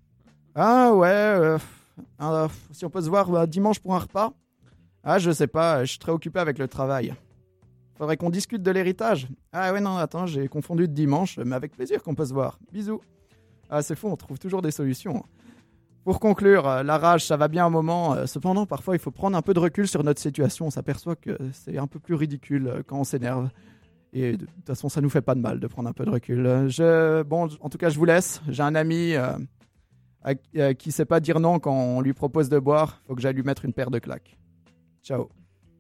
A: Ah, ouais. Euh, euh, si on peut se voir bah, dimanche pour un repas? Ah, je sais pas. Je suis très occupé avec le travail. Faudrait qu'on discute de l'héritage. Ah ouais, non, attends, j'ai confondu de dimanche, mais avec plaisir qu'on peut se voir. Bisous. Ah, c'est fou, on trouve toujours des solutions. Pour conclure, euh, la rage, ça va bien un moment. Euh, cependant, parfois, il faut prendre un peu de recul sur notre situation. On s'aperçoit que c'est un peu plus ridicule euh, quand on s'énerve. Et de toute façon, ça nous fait pas de mal de prendre un peu de recul. Euh, je, bon, en tout cas, je vous laisse. J'ai un ami euh, à, à, qui sait pas dire non quand on lui propose de boire. Faut que j'aille lui mettre une paire de claques. Ciao.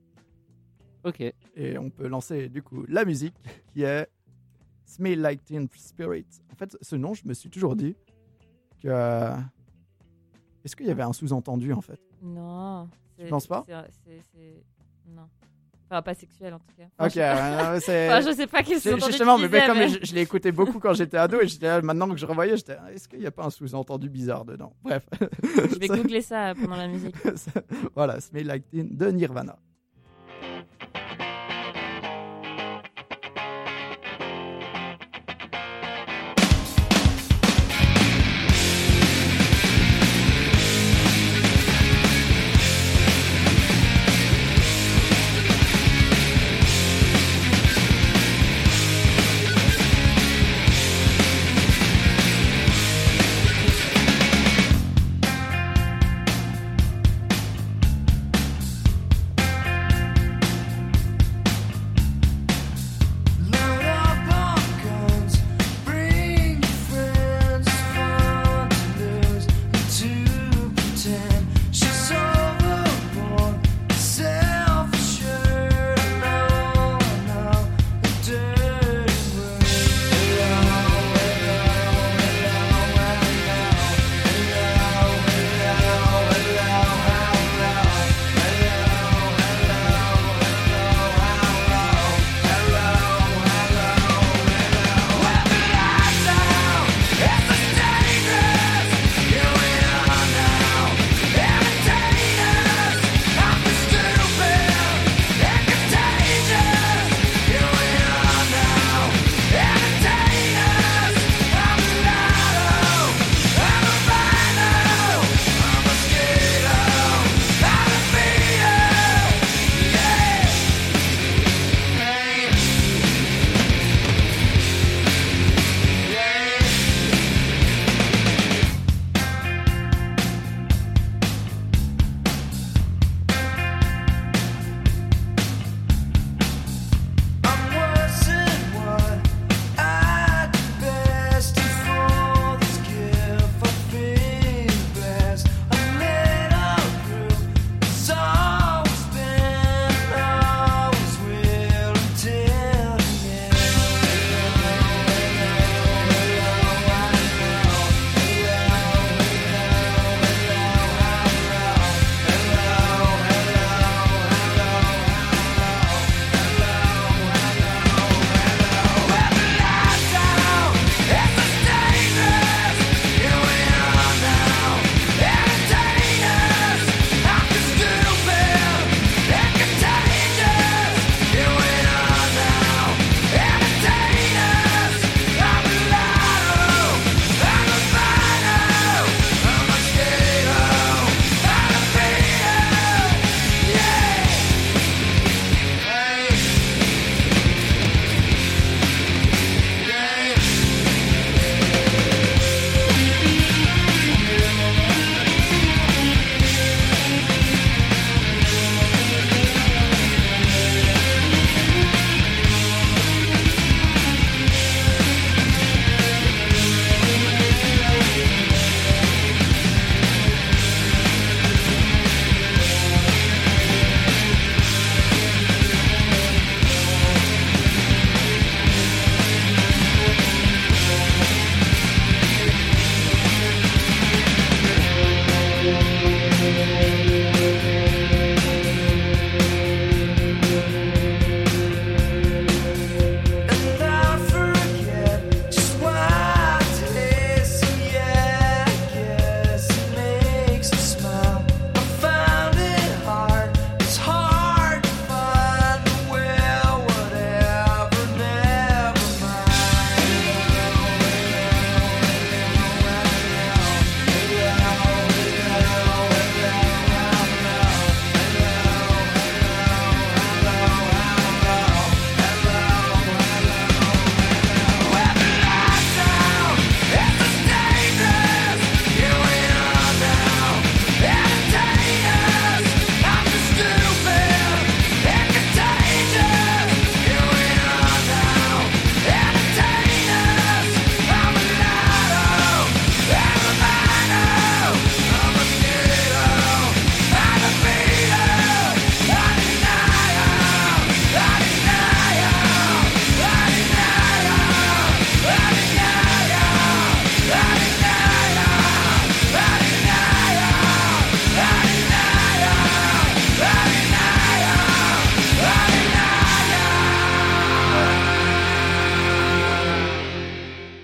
B: Ok.
A: Et on peut lancer du coup la musique qui est Smell Like Teen Spirit. En fait, ce nom, je me suis toujours dit que... Est-ce qu'il y avait un sous-entendu en fait?
C: Non.
A: Tu penses pas?
C: c'est, c'est, c'est... Non. Enfin, pas sexuel en tout cas.
A: Ok,
C: je...
A: euh, c'est...
C: Enfin, je sais pas qu'est-ce que
A: c'est, justement, mais, mais comme je, je l'ai écouté beaucoup quand j'étais ado et j'étais là, maintenant que je revoyais, j'étais est-ce qu'il n'y a pas un sous-entendu bizarre dedans? Bref.
C: Je vais googler ça pendant la musique.
A: Voilà, Smell Like Teen de Nirvana.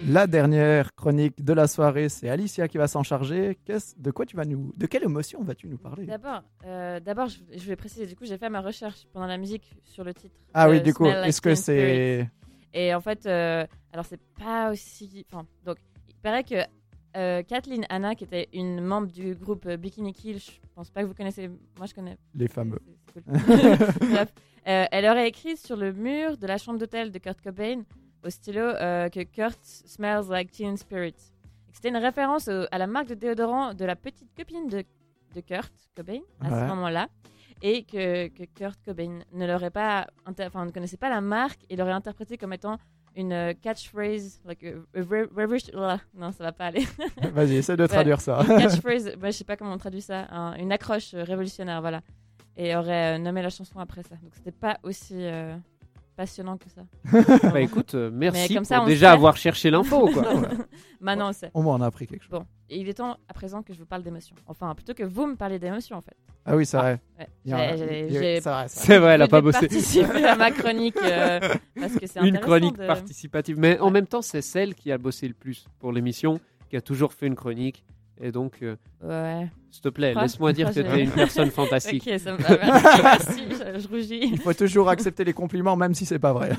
A: La dernière chronique de la soirée, c'est Alicia qui va s'en charger. Qu'est-ce, de quoi tu vas nous, de quelle émotion vas-tu nous parler?
C: D'abord, euh, d'abord, je, je voulais préciser. Du coup, j'ai fait ma recherche pendant la musique sur le titre.
A: Ah oui,
C: euh,
A: du coup,
C: Smell Like
A: est-ce que
C: Teen
A: c'est...
C: Spirit. Et en fait, euh, alors c'est pas aussi. Enfin, donc, il paraît que euh, Kathleen Hanna, qui était une membre du groupe euh, Bikini Kill, je pense pas que vous connaissez. Moi, je connais.
A: Les fameux.
C: C'est- c'est cool. Bref, euh, elle aurait écrit sur le mur de la chambre d'hôtel de Kurt Cobain au stylo euh, que Kurt smells like teen spirit. Et que C'était une référence au- à la marque de déodorant de la petite copine de, de Kurt Cobain à
A: Ouais.
C: ce moment-là. Et que, que Kurt Cobain ne l'aurait pas, inter- enfin, ne connaissait pas la marque et l'aurait interprété comme étant une euh, catchphrase, like a, a re- revolution- Ouah, non, ça va pas aller.
A: Vas-y, essaie de traduire ça.
C: Une catchphrase, bah, je sais pas comment on traduit ça, un- une accroche euh, révolutionnaire, voilà. Et aurait euh, nommé la chanson après ça. Donc c'était pas aussi euh, passionnant que ça.
B: Bah écoute, euh, merci
C: Mais comme ça,
B: pour
C: on
B: déjà
C: sait.
B: avoir cherché l'info, quoi.
C: Maintenant, on sait.
A: Au moins, on a appris quelque chose.
C: Bon, et il est temps à présent que je vous parle d'émotions. Enfin, plutôt que vous me parlez d'émotions, en fait.
A: Ah oui, c'est vrai.
C: Ouais.
A: Il y en a-
C: J'ai- j'ai-
A: il y a-
C: j'ai
A: C'est vrai, c'est vrai.
B: C'est vrai, elle a
C: voulu
B: pas bossé.
C: participer à ma chronique euh, parce que c'est
B: Une
C: intéressant
B: chronique
C: de-
B: participative. Mais en
C: Ouais.
B: même temps, c'est celle qui a bossé le plus pour l'émission, qui a toujours fait une chronique. Et donc, euh,
C: Ouais.
B: s'il te plaît,
C: Quoi
B: laisse-moi dire
C: Quoi,
B: que
C: j'ai-
B: tu es une personne fantastique.
C: Ok, ça me va. Merci, merci, je, je rougis.
A: Il faut toujours accepter les compliments, même si c'est pas vrai.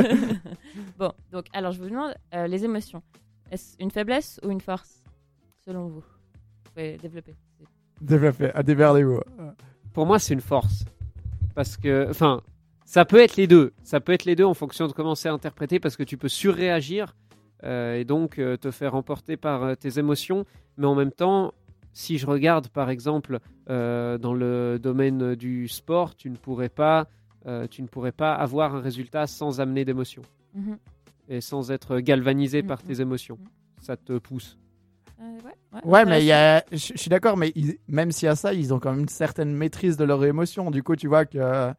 C: Bon, donc, alors je vous demande euh, les émotions. Est-ce une faiblesse ou une force, selon vous? Vous pouvez développer.
A: Développez, à démerdez-vous.
B: Pour moi, c'est une force. Parce que, enfin, ça peut être les deux. Ça peut être les deux en fonction de comment c'est interprété, parce que tu peux surréagir euh, et donc euh, te faire emporter par euh, tes émotions. Mais en même temps, si je regarde, par exemple, euh, dans le domaine du sport, tu ne pourrais pas, euh, tu ne pourrais pas avoir un résultat sans amener d'émotions
C: Mhm.
B: et sans être galvanisé
C: Mhm.
B: par tes émotions.
C: Mhm.
B: Ça te pousse.
C: Euh, ouais, ouais,
A: Ouais, mais il y
C: intéressant.
A: a... je je suis d'accord, mais ils- même s'il y a ça, ils ont quand même une certaine maîtrise de leurs émotions. Du coup, tu vois que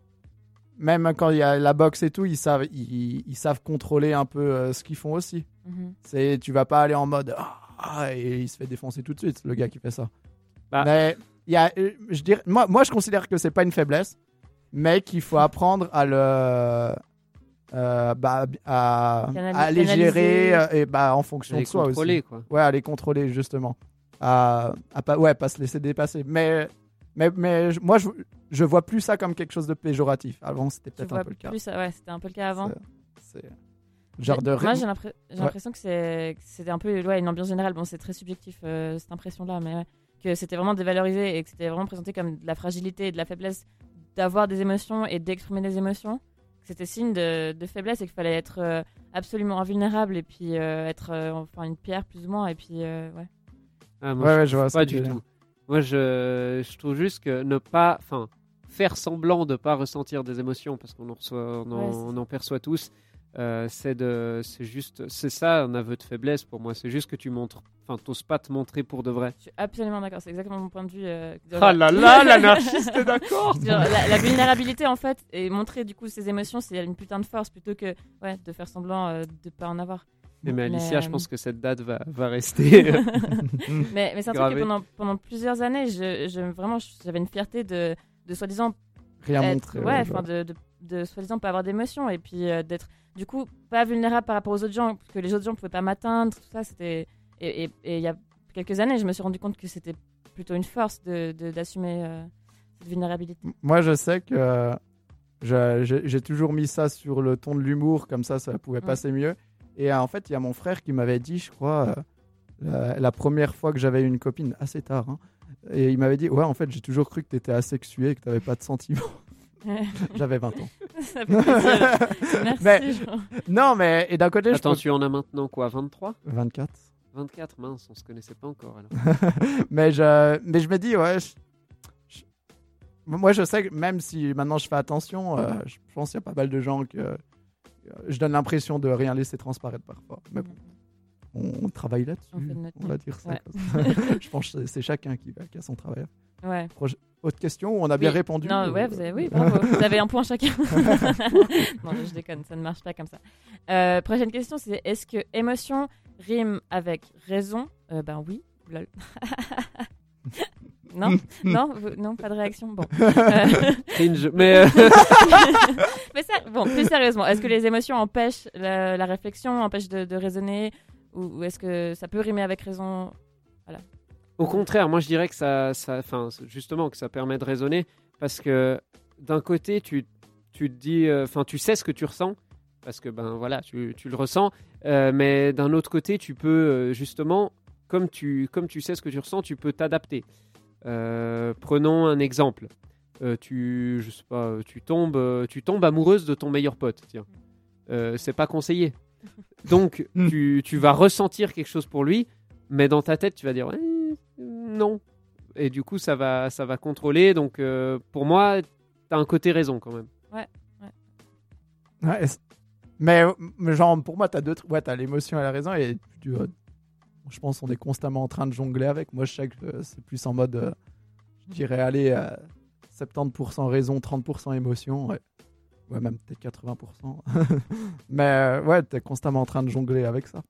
A: même quand il y a la boxe et tout, ils savent, ils, ils savent contrôler un peu euh, ce qu'ils font aussi.
C: Mhm.
A: C'est, tu vas pas aller en mode ah, et il se fait défoncer tout de suite, le gars qui fait ça.
B: Bah.
A: Mais il y a, euh, je dirais, moi, moi, je considère que c'est pas une faiblesse, mais qu'il faut apprendre à le, euh, bah, à,
C: Canali-
A: à les
C: canaliser.
A: gérer euh, et bah en fonction
B: Les
A: de soi aussi.
B: contrôler, quoi.
A: Ouais, à les contrôler justement. À, à pas, ouais, pas se laisser dépasser. Mais, mais, mais je- moi, je, je vois plus ça comme quelque chose de péjoratif. Avant, c'était
C: Tu
A: peut-être
C: vois
A: un peu le cas.
C: plus ça, ouais, c'était un peu le cas avant.
A: C'est genre de.
C: Moi, j'ai l'impre- j'ai
A: Ouais.
C: l'impression que c'est que c'était un peu ouais, une ambiance générale. Bon, c'est très subjectif euh, cette impression-là, mais ouais, que c'était vraiment dévalorisé et que c'était vraiment présenté comme de la fragilité et de la faiblesse d'avoir des émotions et d'exprimer des émotions. Que C'était signe de, de faiblesse et qu'il fallait être euh, absolument invulnérable et puis euh, être euh, enfin une pierre plus ou moins et puis euh, ouais.
B: Ah, moi,
A: Ouais,
B: je
A: ouais, je vois
B: trouve
A: ce
B: pas
A: que tu
B: du
A: veux dire.
B: tout. Moi, je, je trouve juste que ne pas, enfin, faire semblant de pas ressentir des émotions, parce qu'on en, reçoit- on en,
C: Ouais, c'est
B: on en perçoit tous, euh, c'est de, c'est juste, c'est ça un aveu de faiblesse pour moi. C'est juste que tu montres, enfin, t'oses pas te montrer pour de vrai.
C: Je suis absolument d'accord. C'est exactement mon point de vue. euh, de-
B: Ah là là, l'anarchiste est d'accord.
C: Sur la, la vulnérabilité en fait et montrer du coup ses émotions, c'est une putain de force plutôt que ouais, de faire semblant euh, de pas en avoir.
B: Mais, mais
C: Mais,
B: Alicia, je
C: euh,
B: pense que cette date va, va rester.
C: mais mais c'est un truc
B: Gravé.
C: que pendant, pendant plusieurs années, je, je- vraiment, j'avais une fierté de, de soi-disant
A: Rien
C: être,
A: montrer.
C: ouais,
A: ouais,
C: enfin de, de, de soi-disant pas avoir d'émotions et puis euh, d'être du coup pas vulnérable par rapport aux autres gens, parce que les autres gens pouvaient pas m'atteindre, tout ça, c'était et et- et il y a quelques années, je me suis rendu compte que c'était plutôt une force de de- d'assumer euh, cette vulnérabilité.
A: Moi, je sais que euh, je- j'ai j'ai toujours mis ça sur le ton de l'humour, comme ça, ça pouvait
C: Mm.
A: passer mieux. Et euh, en fait, il y a mon frère qui m'avait dit, je crois, euh, la, la première fois que j'avais eu une copine, assez tard, hein, et il m'avait dit, ouais, en fait, j'ai toujours cru que tu étais asexué et que tu n'avais pas de sentiments. J'avais vingt ans.
C: Ça fait plaisir. Merci.
A: Mais-
C: Jean.
A: Non, mais et d'un côté, je
B: Attends,
A: pense...
B: tu en as maintenant quoi, vingt-trois,
A: vingt-quatre.
B: vingt-quatre, mince, on se connaissait pas encore alors.
A: mais, je, mais je me dis, ouais, je- je- moi je sais que même si maintenant je fais attention, euh, je pense qu'il y a pas mal de gens que euh, je donne l'impression de rien laisser transparaître parfois. Mais bon, on, on travaille là-dessus,
C: On fait de notre
A: on va dire ça.
C: Ouais.
A: comme ça. Je pense que c'est- c'est chacun qui, qui a son travail.
C: Ouais.
A: Autre question où on a bien
C: Oui.
A: répondu
C: Non,
A: ou-
C: ouais, vous avez, oui, bravo. Vous avez un point chacun. non, je déconne, ça ne marche pas comme ça. Euh, prochaine question, c'est est-ce que émotion rime avec raison euh, Ben oui. Lol. Non, non, vous- non, pas de réaction. Bon. Euh,
B: Cringe. Mais euh,
C: Mais ça, bon, plus sérieusement, est-ce que les émotions empêchent la, la réflexion, empêchent de, de raisonner, ou, ou est-ce que ça peut rimer avec raison?
B: au contraire, moi je dirais que ça, ça, enfin, justement, que ça permet de raisonner parce que d'un côté, tu, tu te dis, enfin, tu sais ce que tu ressens parce que ben voilà, tu, tu le ressens, euh, mais d'un autre côté, tu peux euh, justement, comme tu, comme tu sais ce que tu ressens, tu peux t'adapter. Euh, prenons un exemple. Euh, tu, je sais pas, tu tombes, euh, tu tombes amoureuse de ton meilleur pote. Tiens, euh, c'est pas conseillé. Donc, tu, tu vas ressentir quelque chose pour lui, mais dans ta tête, tu vas dire eh, non. Et du coup, ça va, ça va contrôler. Donc, euh, pour moi, t'as un côté raison quand même.
A: Ouais, et c- mais, mais genre, pour moi, t'as deux trucs. Ouais, t'as l'émotion et la raison. Et tu, euh, je pense qu'on est constamment en train de jongler avec. Moi, je sais que euh, c'est plus en mode. euh, je dirais aller à soixante-dix pour cent raison, trente pour cent émotion. Ouais, ouais même peut-être quatre-vingts pour cent. mais euh, ouais, t'es constamment en train de jongler avec ça.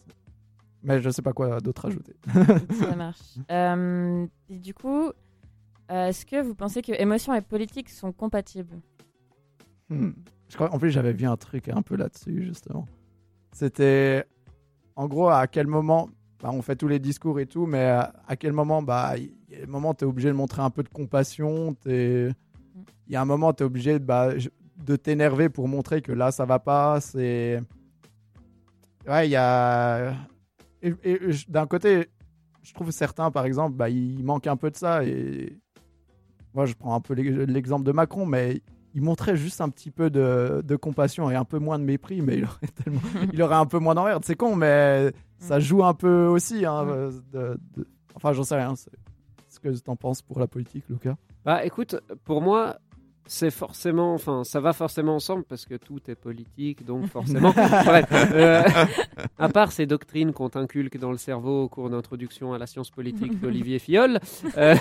A: Mais je sais pas quoi d'autre ajouter.
C: Ça marche. Euh, et du coup, euh, est-ce que vous pensez que émotion et politique sont compatibles?
A: Hmm. Je crois, en plus, j'avais vu un truc un peu là-dessus, justement. C'était, en gros, à quel moment, bah, on fait tous les discours et tout, mais à, à quel moment, bah, il y a des moments, tu es obligé de montrer un peu de compassion. t'es- Il y a un moment, tu es obligé bah, je- de t'énerver pour montrer que là, ça va pas. C'est. Ouais, il y a. Et, et je- d'un côté, je trouve certains, par exemple, bah, il manque un peu de ça. Et moi, je prends un peu l'ex- l'exemple de Macron, mais il montrait juste un petit peu de, de compassion et un peu moins de mépris, mais il aurait, tellement, il aurait un peu moins d'emmerde. C'est con, mais ça joue un peu aussi. Hein,
C: Mm.
A: de, de- Enfin, j'en sais rien. C'est ce que t'en penses pour la politique, Lucas.
B: Bah, écoute, pour moi, c'est forcément, enfin, ça va forcément ensemble parce que tout est politique, donc forcément. Bref, euh, à part ces doctrines qu'on t'inculque dans le cerveau au cours d'introduction à la science politique d'Olivier Fillol, euh,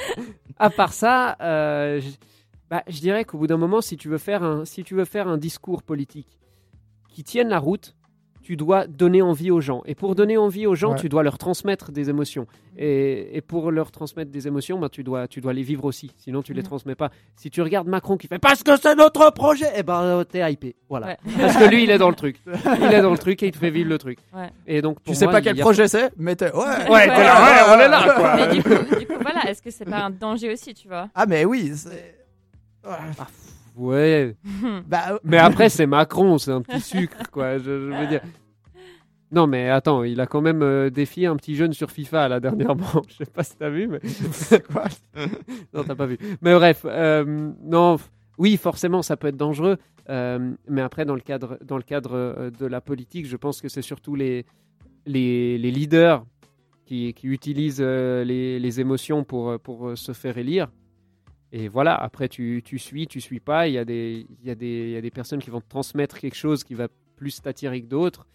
B: à part ça, euh, je, bah, je dirais qu'au bout d'un moment, si tu veux faire un, si tu veux faire un discours politique qui tienne la route, tu dois donner envie aux gens. Et pour donner envie aux gens,
A: Ouais.
B: tu dois leur transmettre des émotions. Et, et pour leur transmettre des émotions, bah, tu, dois, tu dois les vivre aussi. Sinon, tu les
C: Mhm.
B: transmets pas. Si tu regardes Macron qui fait « Parce que c'est notre projet !» Eh ben, euh, t'es hypé. Voilà.
C: Ouais.
B: Parce que lui, il est dans le truc. Il est dans le truc et il te fait vivre le truc.
C: Ouais.
B: Et donc, pour
A: Tu sais
B: moi,
A: pas
B: il
A: quel
B: y a-
A: projet c'est, mais t'es. Ouais,
B: Ouais, t'es là, ouais, on est là, quoi.
C: Mais du coup, du coup, voilà, est-ce que c'est pas un danger aussi, tu vois?
A: Ah, mais oui. c'est- Ouais.
B: Ouais.
A: Bah,
B: Mais après, c'est Macron, c'est un petit sucre, quoi. Je, je veux dire. Non, mais attends, il a quand même euh, défié un petit jeune sur FIFA là dernièrement. Je sais pas si t'as vu, mais
A: c'est quoi?
B: non, t'as pas vu. Mais bref, euh, non, f- oui, forcément, ça peut être dangereux. euh, mais après, dans le cadre, dans le cadre euh, de la politique, je pense que c'est surtout les, les, les leaders qui, qui utilisent euh, les, les émotions pour, euh, pour euh, se faire élire. Et voilà, après, tu, tu suis, tu suis pas. Il y a des, il y a des, il y a des personnes qui vont te transmettre quelque chose qui va plus t'attirer que d'autres.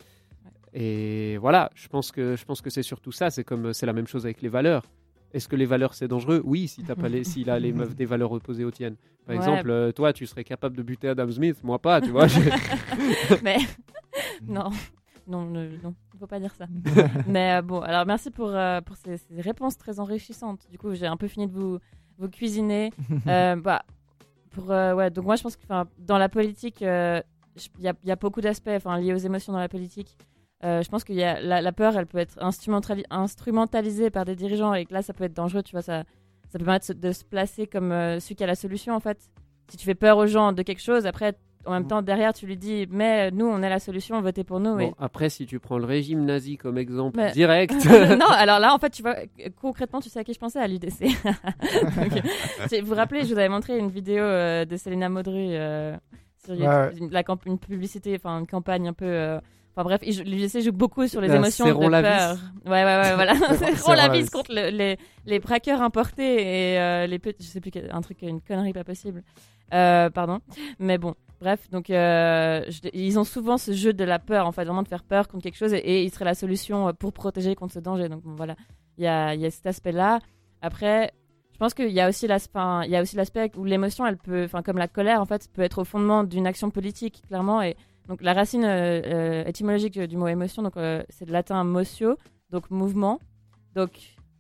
B: Et voilà, je pense que, je pense que c'est surtout ça. C'est comme, c'est la même chose avec les valeurs. Est-ce que les valeurs c'est dangereux? Oui, si t'as pas les, s'il a les meufs des valeurs opposées aux tiennes. Par
C: Ouais.
B: exemple, euh, toi, tu serais capable de buter Adam Smith, moi pas, tu vois. j'ai-
C: Mais non, non, ne- non, faut pas dire ça. Mais euh, bon, alors merci pour, euh, pour ces, ces réponses très enrichissantes. Du coup, j'ai un peu fini de vous, vous cuisiner. Euh, bah, pour, euh, ouais, donc moi, je pense que 'fin, dans la politique, euh, je- il y, a, il y a beaucoup d'aspects 'fin, liés aux émotions dans la politique. Euh, je pense que la, la peur, elle peut être instrumentali- instrumentalisée par des dirigeants et que là, ça peut être dangereux, tu vois, ça, ça peut permettre de se- de se placer comme euh, celui qui a la solution, en fait. Si tu fais peur aux gens de quelque chose, après, en même temps, derrière, tu lui dis, mais nous, on est la solution, votez pour nous.
B: Bon, après, si tu prends le régime nazi comme exemple
C: Mais-
B: direct,
C: Et- non, alors là, en fait, tu vois, concrètement, tu sais à qui je pensais? À l'U D C. Donc, euh, vous vous rappelez, je vous avais montré une vidéo euh, de Selena Modry euh, sur YouTube,
A: Ouais.
C: une, la camp- une publicité, enfin, une campagne un peu... euh, Enfin bref, il- l'U D C joue beaucoup sur les
B: La
C: émotions
B: serrons
C: de
B: la
C: peur.
B: vis.
C: Ouais, ouais, ouais, voilà.
A: Serrons
C: Serrons la
A: la
C: vis
A: vis.
C: contre le- les, les braqueurs importés et euh, les petits... Je sais plus, quel- un truc, une connerie pas possible. Euh, pardon. Mais bon, bref, donc euh, je- ils ont souvent ce jeu de la peur, en fait, vraiment de faire peur contre quelque chose et, et il serait la solution pour protéger contre ce danger. Donc bon, voilà, il y a, il y a cet aspect-là. Après, je pense qu'il y a aussi l'aspect, enfin, il y a aussi l'aspect où l'émotion, elle peut, enfin, comme la colère, en fait, peut être au fondement d'une action politique, clairement. Et donc la racine euh, euh, étymologique du mot émotion, donc euh, c'est de latin motio, donc mouvement. Donc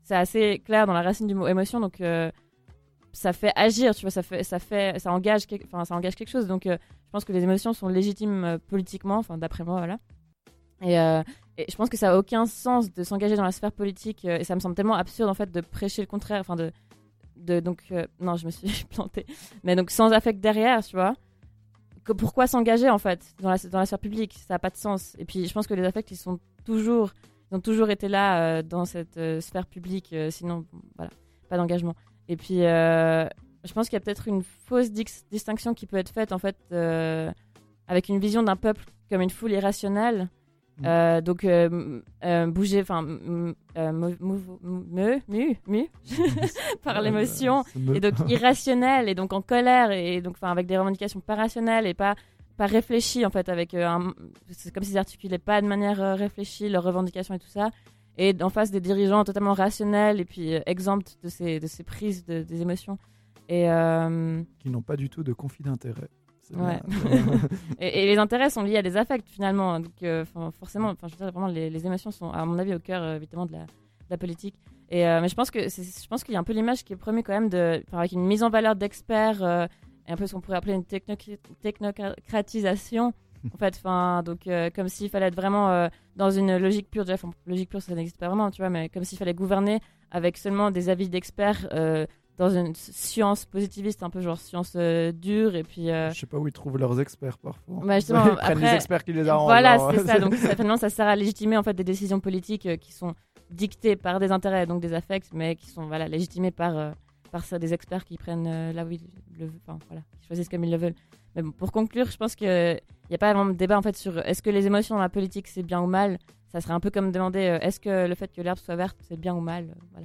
C: c'est assez clair dans la racine du mot émotion, donc euh, ça fait agir, tu vois, ça fait, ça fait, ça engage, enfin, ça engage quelque chose. Donc, euh, je pense que les émotions sont légitimes euh, politiquement, enfin, d'après moi, voilà. Et, euh, et je pense que ça a aucun sens de s'engager dans la sphère politique, euh, et ça me semble tellement absurde en fait de prêcher le contraire, enfin de, de donc euh, non, je me suis plantée, mais donc sans affect derrière, tu vois. Que, pourquoi s'engager en fait dans la dans la sphère publique, ça a pas de sens. Et puis, je pense que les affects, ils sont toujours, ils ont toujours été là euh, dans cette euh, sphère publique, euh, sinon, bon, voilà, pas d'engagement. Et puis, euh, je pense qu'il y a peut-être une fausse dix- distinction qui peut être faite, en fait, euh, avec une vision d'un peuple comme une foule irrationnelle. Mmh. Euh, donc, euh, euh, bouger, enfin, euh, mu, mu, mu, par l'émotion. Et donc, irrationnel, et donc en colère, et donc, enfin, avec des revendications pas rationnelles et pas, pas réfléchies, en fait, avec euh, un... C'est comme s'ils n'articulaient pas de manière euh, réfléchie leurs revendications et tout ça. Et en face des dirigeants totalement rationnels et puis euh, exempts de ces, de ces prises de, des émotions. Et, euh...
A: Qui n'ont pas du tout de conflit d'intérêt.
C: Ouais. et, et les intérêts sont liés à des affects finalement. Donc euh, forcément, je veux dire, vraiment, les, les émotions sont à mon avis au cœur euh, évidemment de la, de la politique. Et, euh, mais je pense, que c'est, je pense qu'il y a un peu l'image qui est promue quand même de, avec une mise en valeur d'experts euh, et un peu ce qu'on pourrait appeler une techno- technocratisation. En fait, enfin, donc euh, comme s'il fallait être vraiment euh, dans une logique pure, déjà, enfin, logique pure, ça n'existe pas vraiment, tu vois, mais comme s'il fallait gouverner avec seulement des avis d'experts euh, dans une science positiviste, un peu genre science euh, dure, et puis. Euh...
A: Je sais pas où ils trouvent leurs experts parfois.
C: Bah justement,
A: ils
C: après,
A: prennent les experts qui les arrangent.
C: Voilà,
A: alors,
C: c'est ça. Donc ça, finalement, ça sert à légitimer en fait des décisions politiques euh, qui sont dictées par des intérêts, donc des affects, mais qui sont voilà légitimées par euh, par ça, des experts qui prennent euh, là où ils le, enfin voilà, qui choisissent comme ils le veulent. Mais bon, pour conclure, je pense que il n'y a pas vraiment de débat en fait sur est-ce que les émotions dans la politique c'est bien ou mal. Ça serait un peu comme demander euh, est-ce que le fait que l'herbe soit verte c'est bien ou mal. euh, voilà.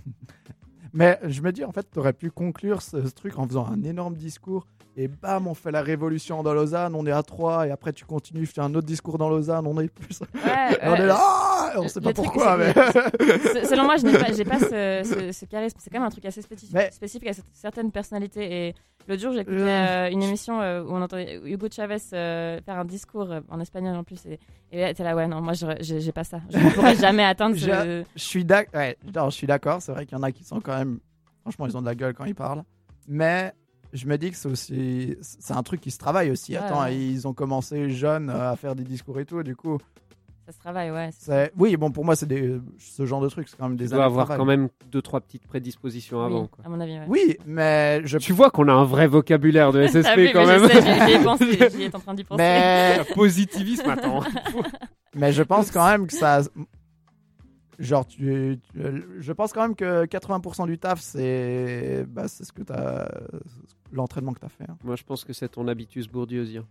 A: Mais je me dis, en fait, tu aurais pu conclure ce, ce truc en faisant un énorme discours et bam, on fait la révolution dans Lausanne, on est à trois, et après tu continues, tu fais un autre discours dans Lausanne, on est plus.
C: Ouais,
A: et on
C: ouais.
A: est là, ah on sait
C: Le
A: pas
C: truc,
A: pourquoi, mais.
C: que- Selon moi, je n'ai pas, j'ai pas ce, ce, ce charisme. C'est quand même un truc assez spécifique,
A: Mais-
C: spécifique à cette- certaines personnalités. Et l'autre jour, j'ai écouté
A: Euh.
C: euh, une émission euh, où on entendait Hugo Chavez euh, faire un discours euh, en espagnol en plus. Et, et là, t'es là, ouais, non, moi, j'aurais- j'ai j'ai pas ça. Je ne pourrais jamais atteindre ce.
A: Je- Je suis d'ac- ouais, non, je suis d'accord, c'est vrai qu'il y en a qui sont quand même. Franchement, ils ont de la gueule quand ils parlent. Mais je me dis que c'est aussi. C'est un truc qui se travaille aussi.
C: Ouais,
A: Attends,
C: ouais.
A: ils ont commencé jeunes euh, à faire des discours et tout. Du coup,
C: Ça se travaille, ouais. c'est-
A: c'est. Oui, bon, pour moi, c'est des... ce genre de truc. C'est quand même des
B: Tu
A: années
B: dois
A: de
B: avoir
A: travail.
B: quand même deux trois petites prédispositions
C: Oui,
B: avant. Quoi.
C: à mon avis, ouais.
A: Oui, mais je.
B: Tu vois qu'on a un vrai vocabulaire de S S P
C: Ah oui,
B: quand
C: mais
B: même.
C: Je sais, j'y- j'y ai pensé, j'y étais en train d'y penser.
A: Mais.
B: Positivisme, attends.
A: Mais je pense quand même que ça. Genre, tu, tu- je pense quand même que quatre-vingts pour cent du taf, c'est bah, c'est ce que t'as, l'entraînement que tu as fait. Hein.
B: Moi, je pense que c'est ton habitus bourdieusien.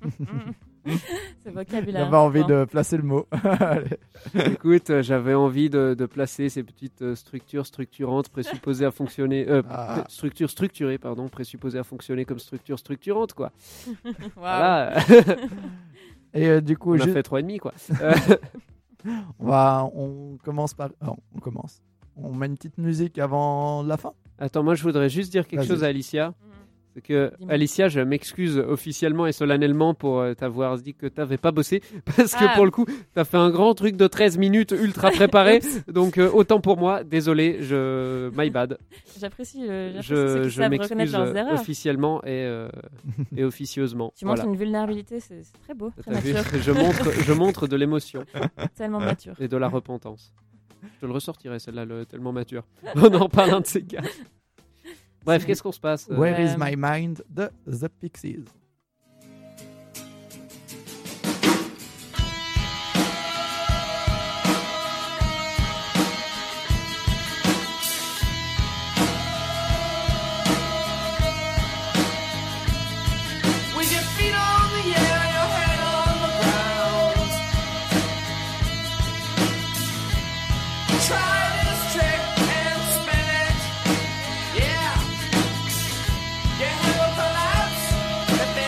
C: Ce vocabulaire.
A: J'avais envie
C: Bon.
A: de placer le mot. Allez.
B: Écoute, euh, j'avais envie de, de placer ces petites euh, structures structurantes présupposées à fonctionner. Euh,
A: Ah.
B: pré- structures structurées, pardon, présupposées à fonctionner comme structures structurantes, quoi.
C: Waouh.
B: Voilà.
A: Et euh, du coup,
B: On a
A: ju-
B: fait trois et demi, quoi. Euh,
A: on, va, on commence par. Non, on commence. On met une petite musique avant la fin.
B: Attends, moi, je voudrais juste dire quelque
A: Vas-y.
B: chose à Alicia.
C: Mhm.
B: C'est que,
C: Dis-moi.
B: Alicia, je m'excuse officiellement et solennellement pour euh, t'avoir dit que t'avais pas bossé. Parce que
C: Ah.
B: pour le coup, t'as fait un grand truc de treize minutes ultra préparé. Donc, euh, autant pour moi, désolé, je. My bad.
C: J'apprécie, euh, j'apprécie ceux
B: Je,
C: qui
B: je
C: savent
B: m'excuse
C: reconnaître leurs
B: euh,
C: erreurs.
B: officiellement et, euh, et officieusement.
C: Tu montres
B: Voilà.
C: une vulnérabilité, c'est c'est très beau, très
B: T'as vu
C: mature,
B: je, montre, je montre de l'émotion
C: tellement mature.
B: et de la repentance. Je te le ressortirai, celle-là, le, tellement mature. On en parle un de ces gars. Bref, qu'est-ce qu'on se passe euh,
A: Where is
C: Euh,
A: my mind de The Pixies.
G: With your feet on the air, your head on the ground. Try this trick and spin it. Yeah. Game will collapse if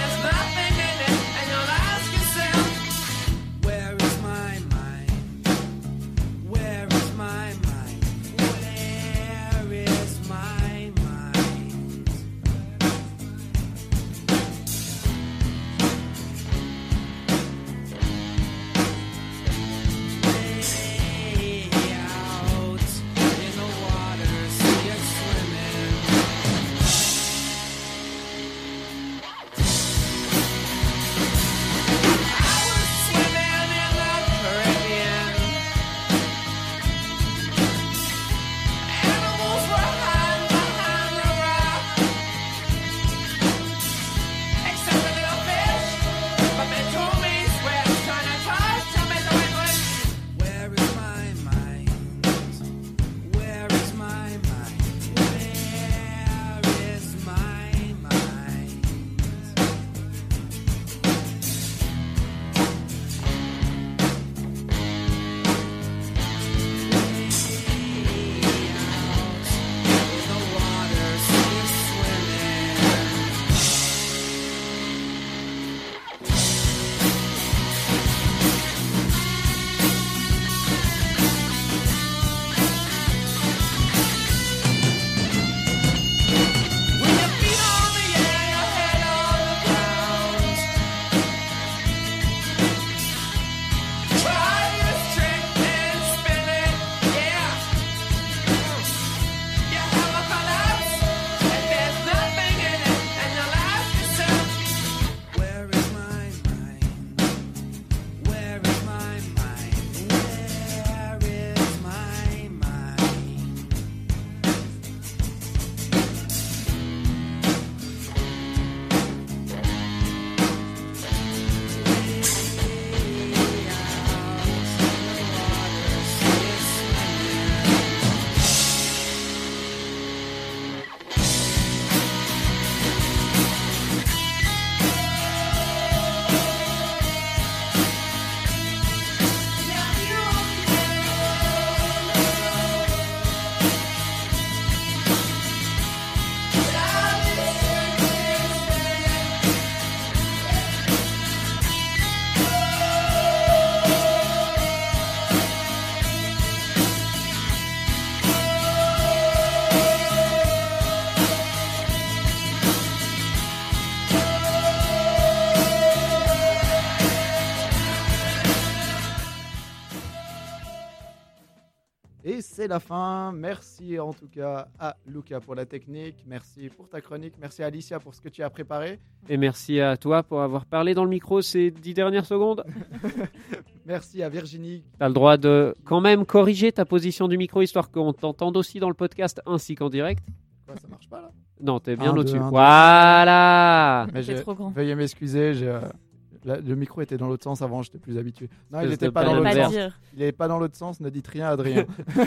A: Et c'est la fin. Merci en tout cas à Luca pour la technique. Merci pour ta chronique. Merci à Alicia pour ce que tu as préparé.
B: Et merci à toi pour avoir parlé dans le micro ces dix dernières secondes.
A: Merci à Virginie.
B: Tu as le droit de quand même corriger ta position du micro, histoire qu'on t'entende aussi dans le podcast ainsi qu'en direct.
A: Quoi, ça marche pas là?
B: Non, t'es bien
A: Un,
B: au-dessus.
A: deux, un, deux.
B: Voilà.
A: Mais
C: C'est
A: j'ai-
C: trop grand.
A: Veuillez m'excuser. j'ai, euh, la- le micro était dans l'autre sens avant. J'étais plus habitué. Non, il
B: Espèce
A: n'était
B: de
A: pas dans
B: banane
A: l'autre
C: Pas
A: sens.
B: verte.
C: dire.
A: Il n'est pas dans l'autre sens. Ne dites rien, Adrien.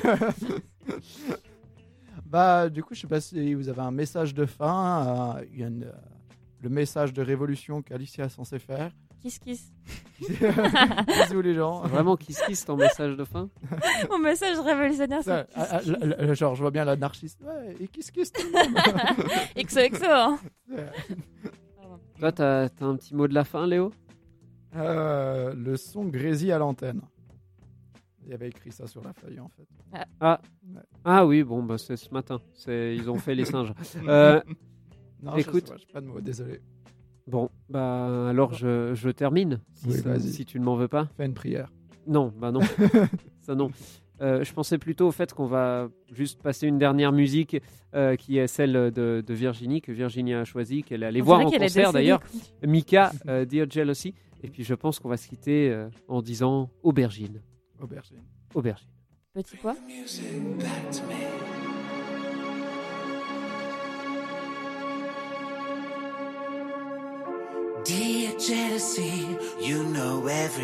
A: Bah, du coup, je sais pas si vous avez un message de fin. euh, il y a une, euh, le message de révolution qu'Alicia est censée faire.
C: Kiss kiss.
A: Bisous les gens.
B: Vraiment kiss kiss ton message de fin.
C: Mon message révolutionnaire,
A: Ça,
C: c'est
A: ah, ah, le- le- genre, je vois bien l'anarchiste. Ouais, et kiss kiss tout le monde.
C: X O X O. Hein.
B: Toi, t'as t'as un petit mot de la fin, Léo?
A: Euh, le son grésille à l'antenne. Il y avait écrit ça sur la feuille en fait.
B: Ah oui, bon, bah, c'est ce matin. C'est- Ils ont fait les singes. Euh,
A: Non,
B: écoute.
A: je sais pas, j'ai pas de mots, désolé.
B: bon, bah alors je, je termine, si,
A: Oui,
B: ça-
A: vas-y.
B: si tu ne m'en veux pas.
A: Fais une prière.
B: Non, bah non. Ça non. Euh, je pensais plutôt au fait qu'on va juste passer une dernière musique euh, qui est celle de, de Virginie, que Virginie a choisie, qu'elle est allée
C: On
B: voir
C: dirait
B: en
C: qu'elle est
B: concert
C: décédée.
B: d'ailleurs. Mika, euh, Dear Jealousy. Et puis je pense qu'on va se quitter euh, en disant aubergine.
A: Aubergine.
B: Aubergine.
C: Petit pois.
G: Dear jealousy, you know every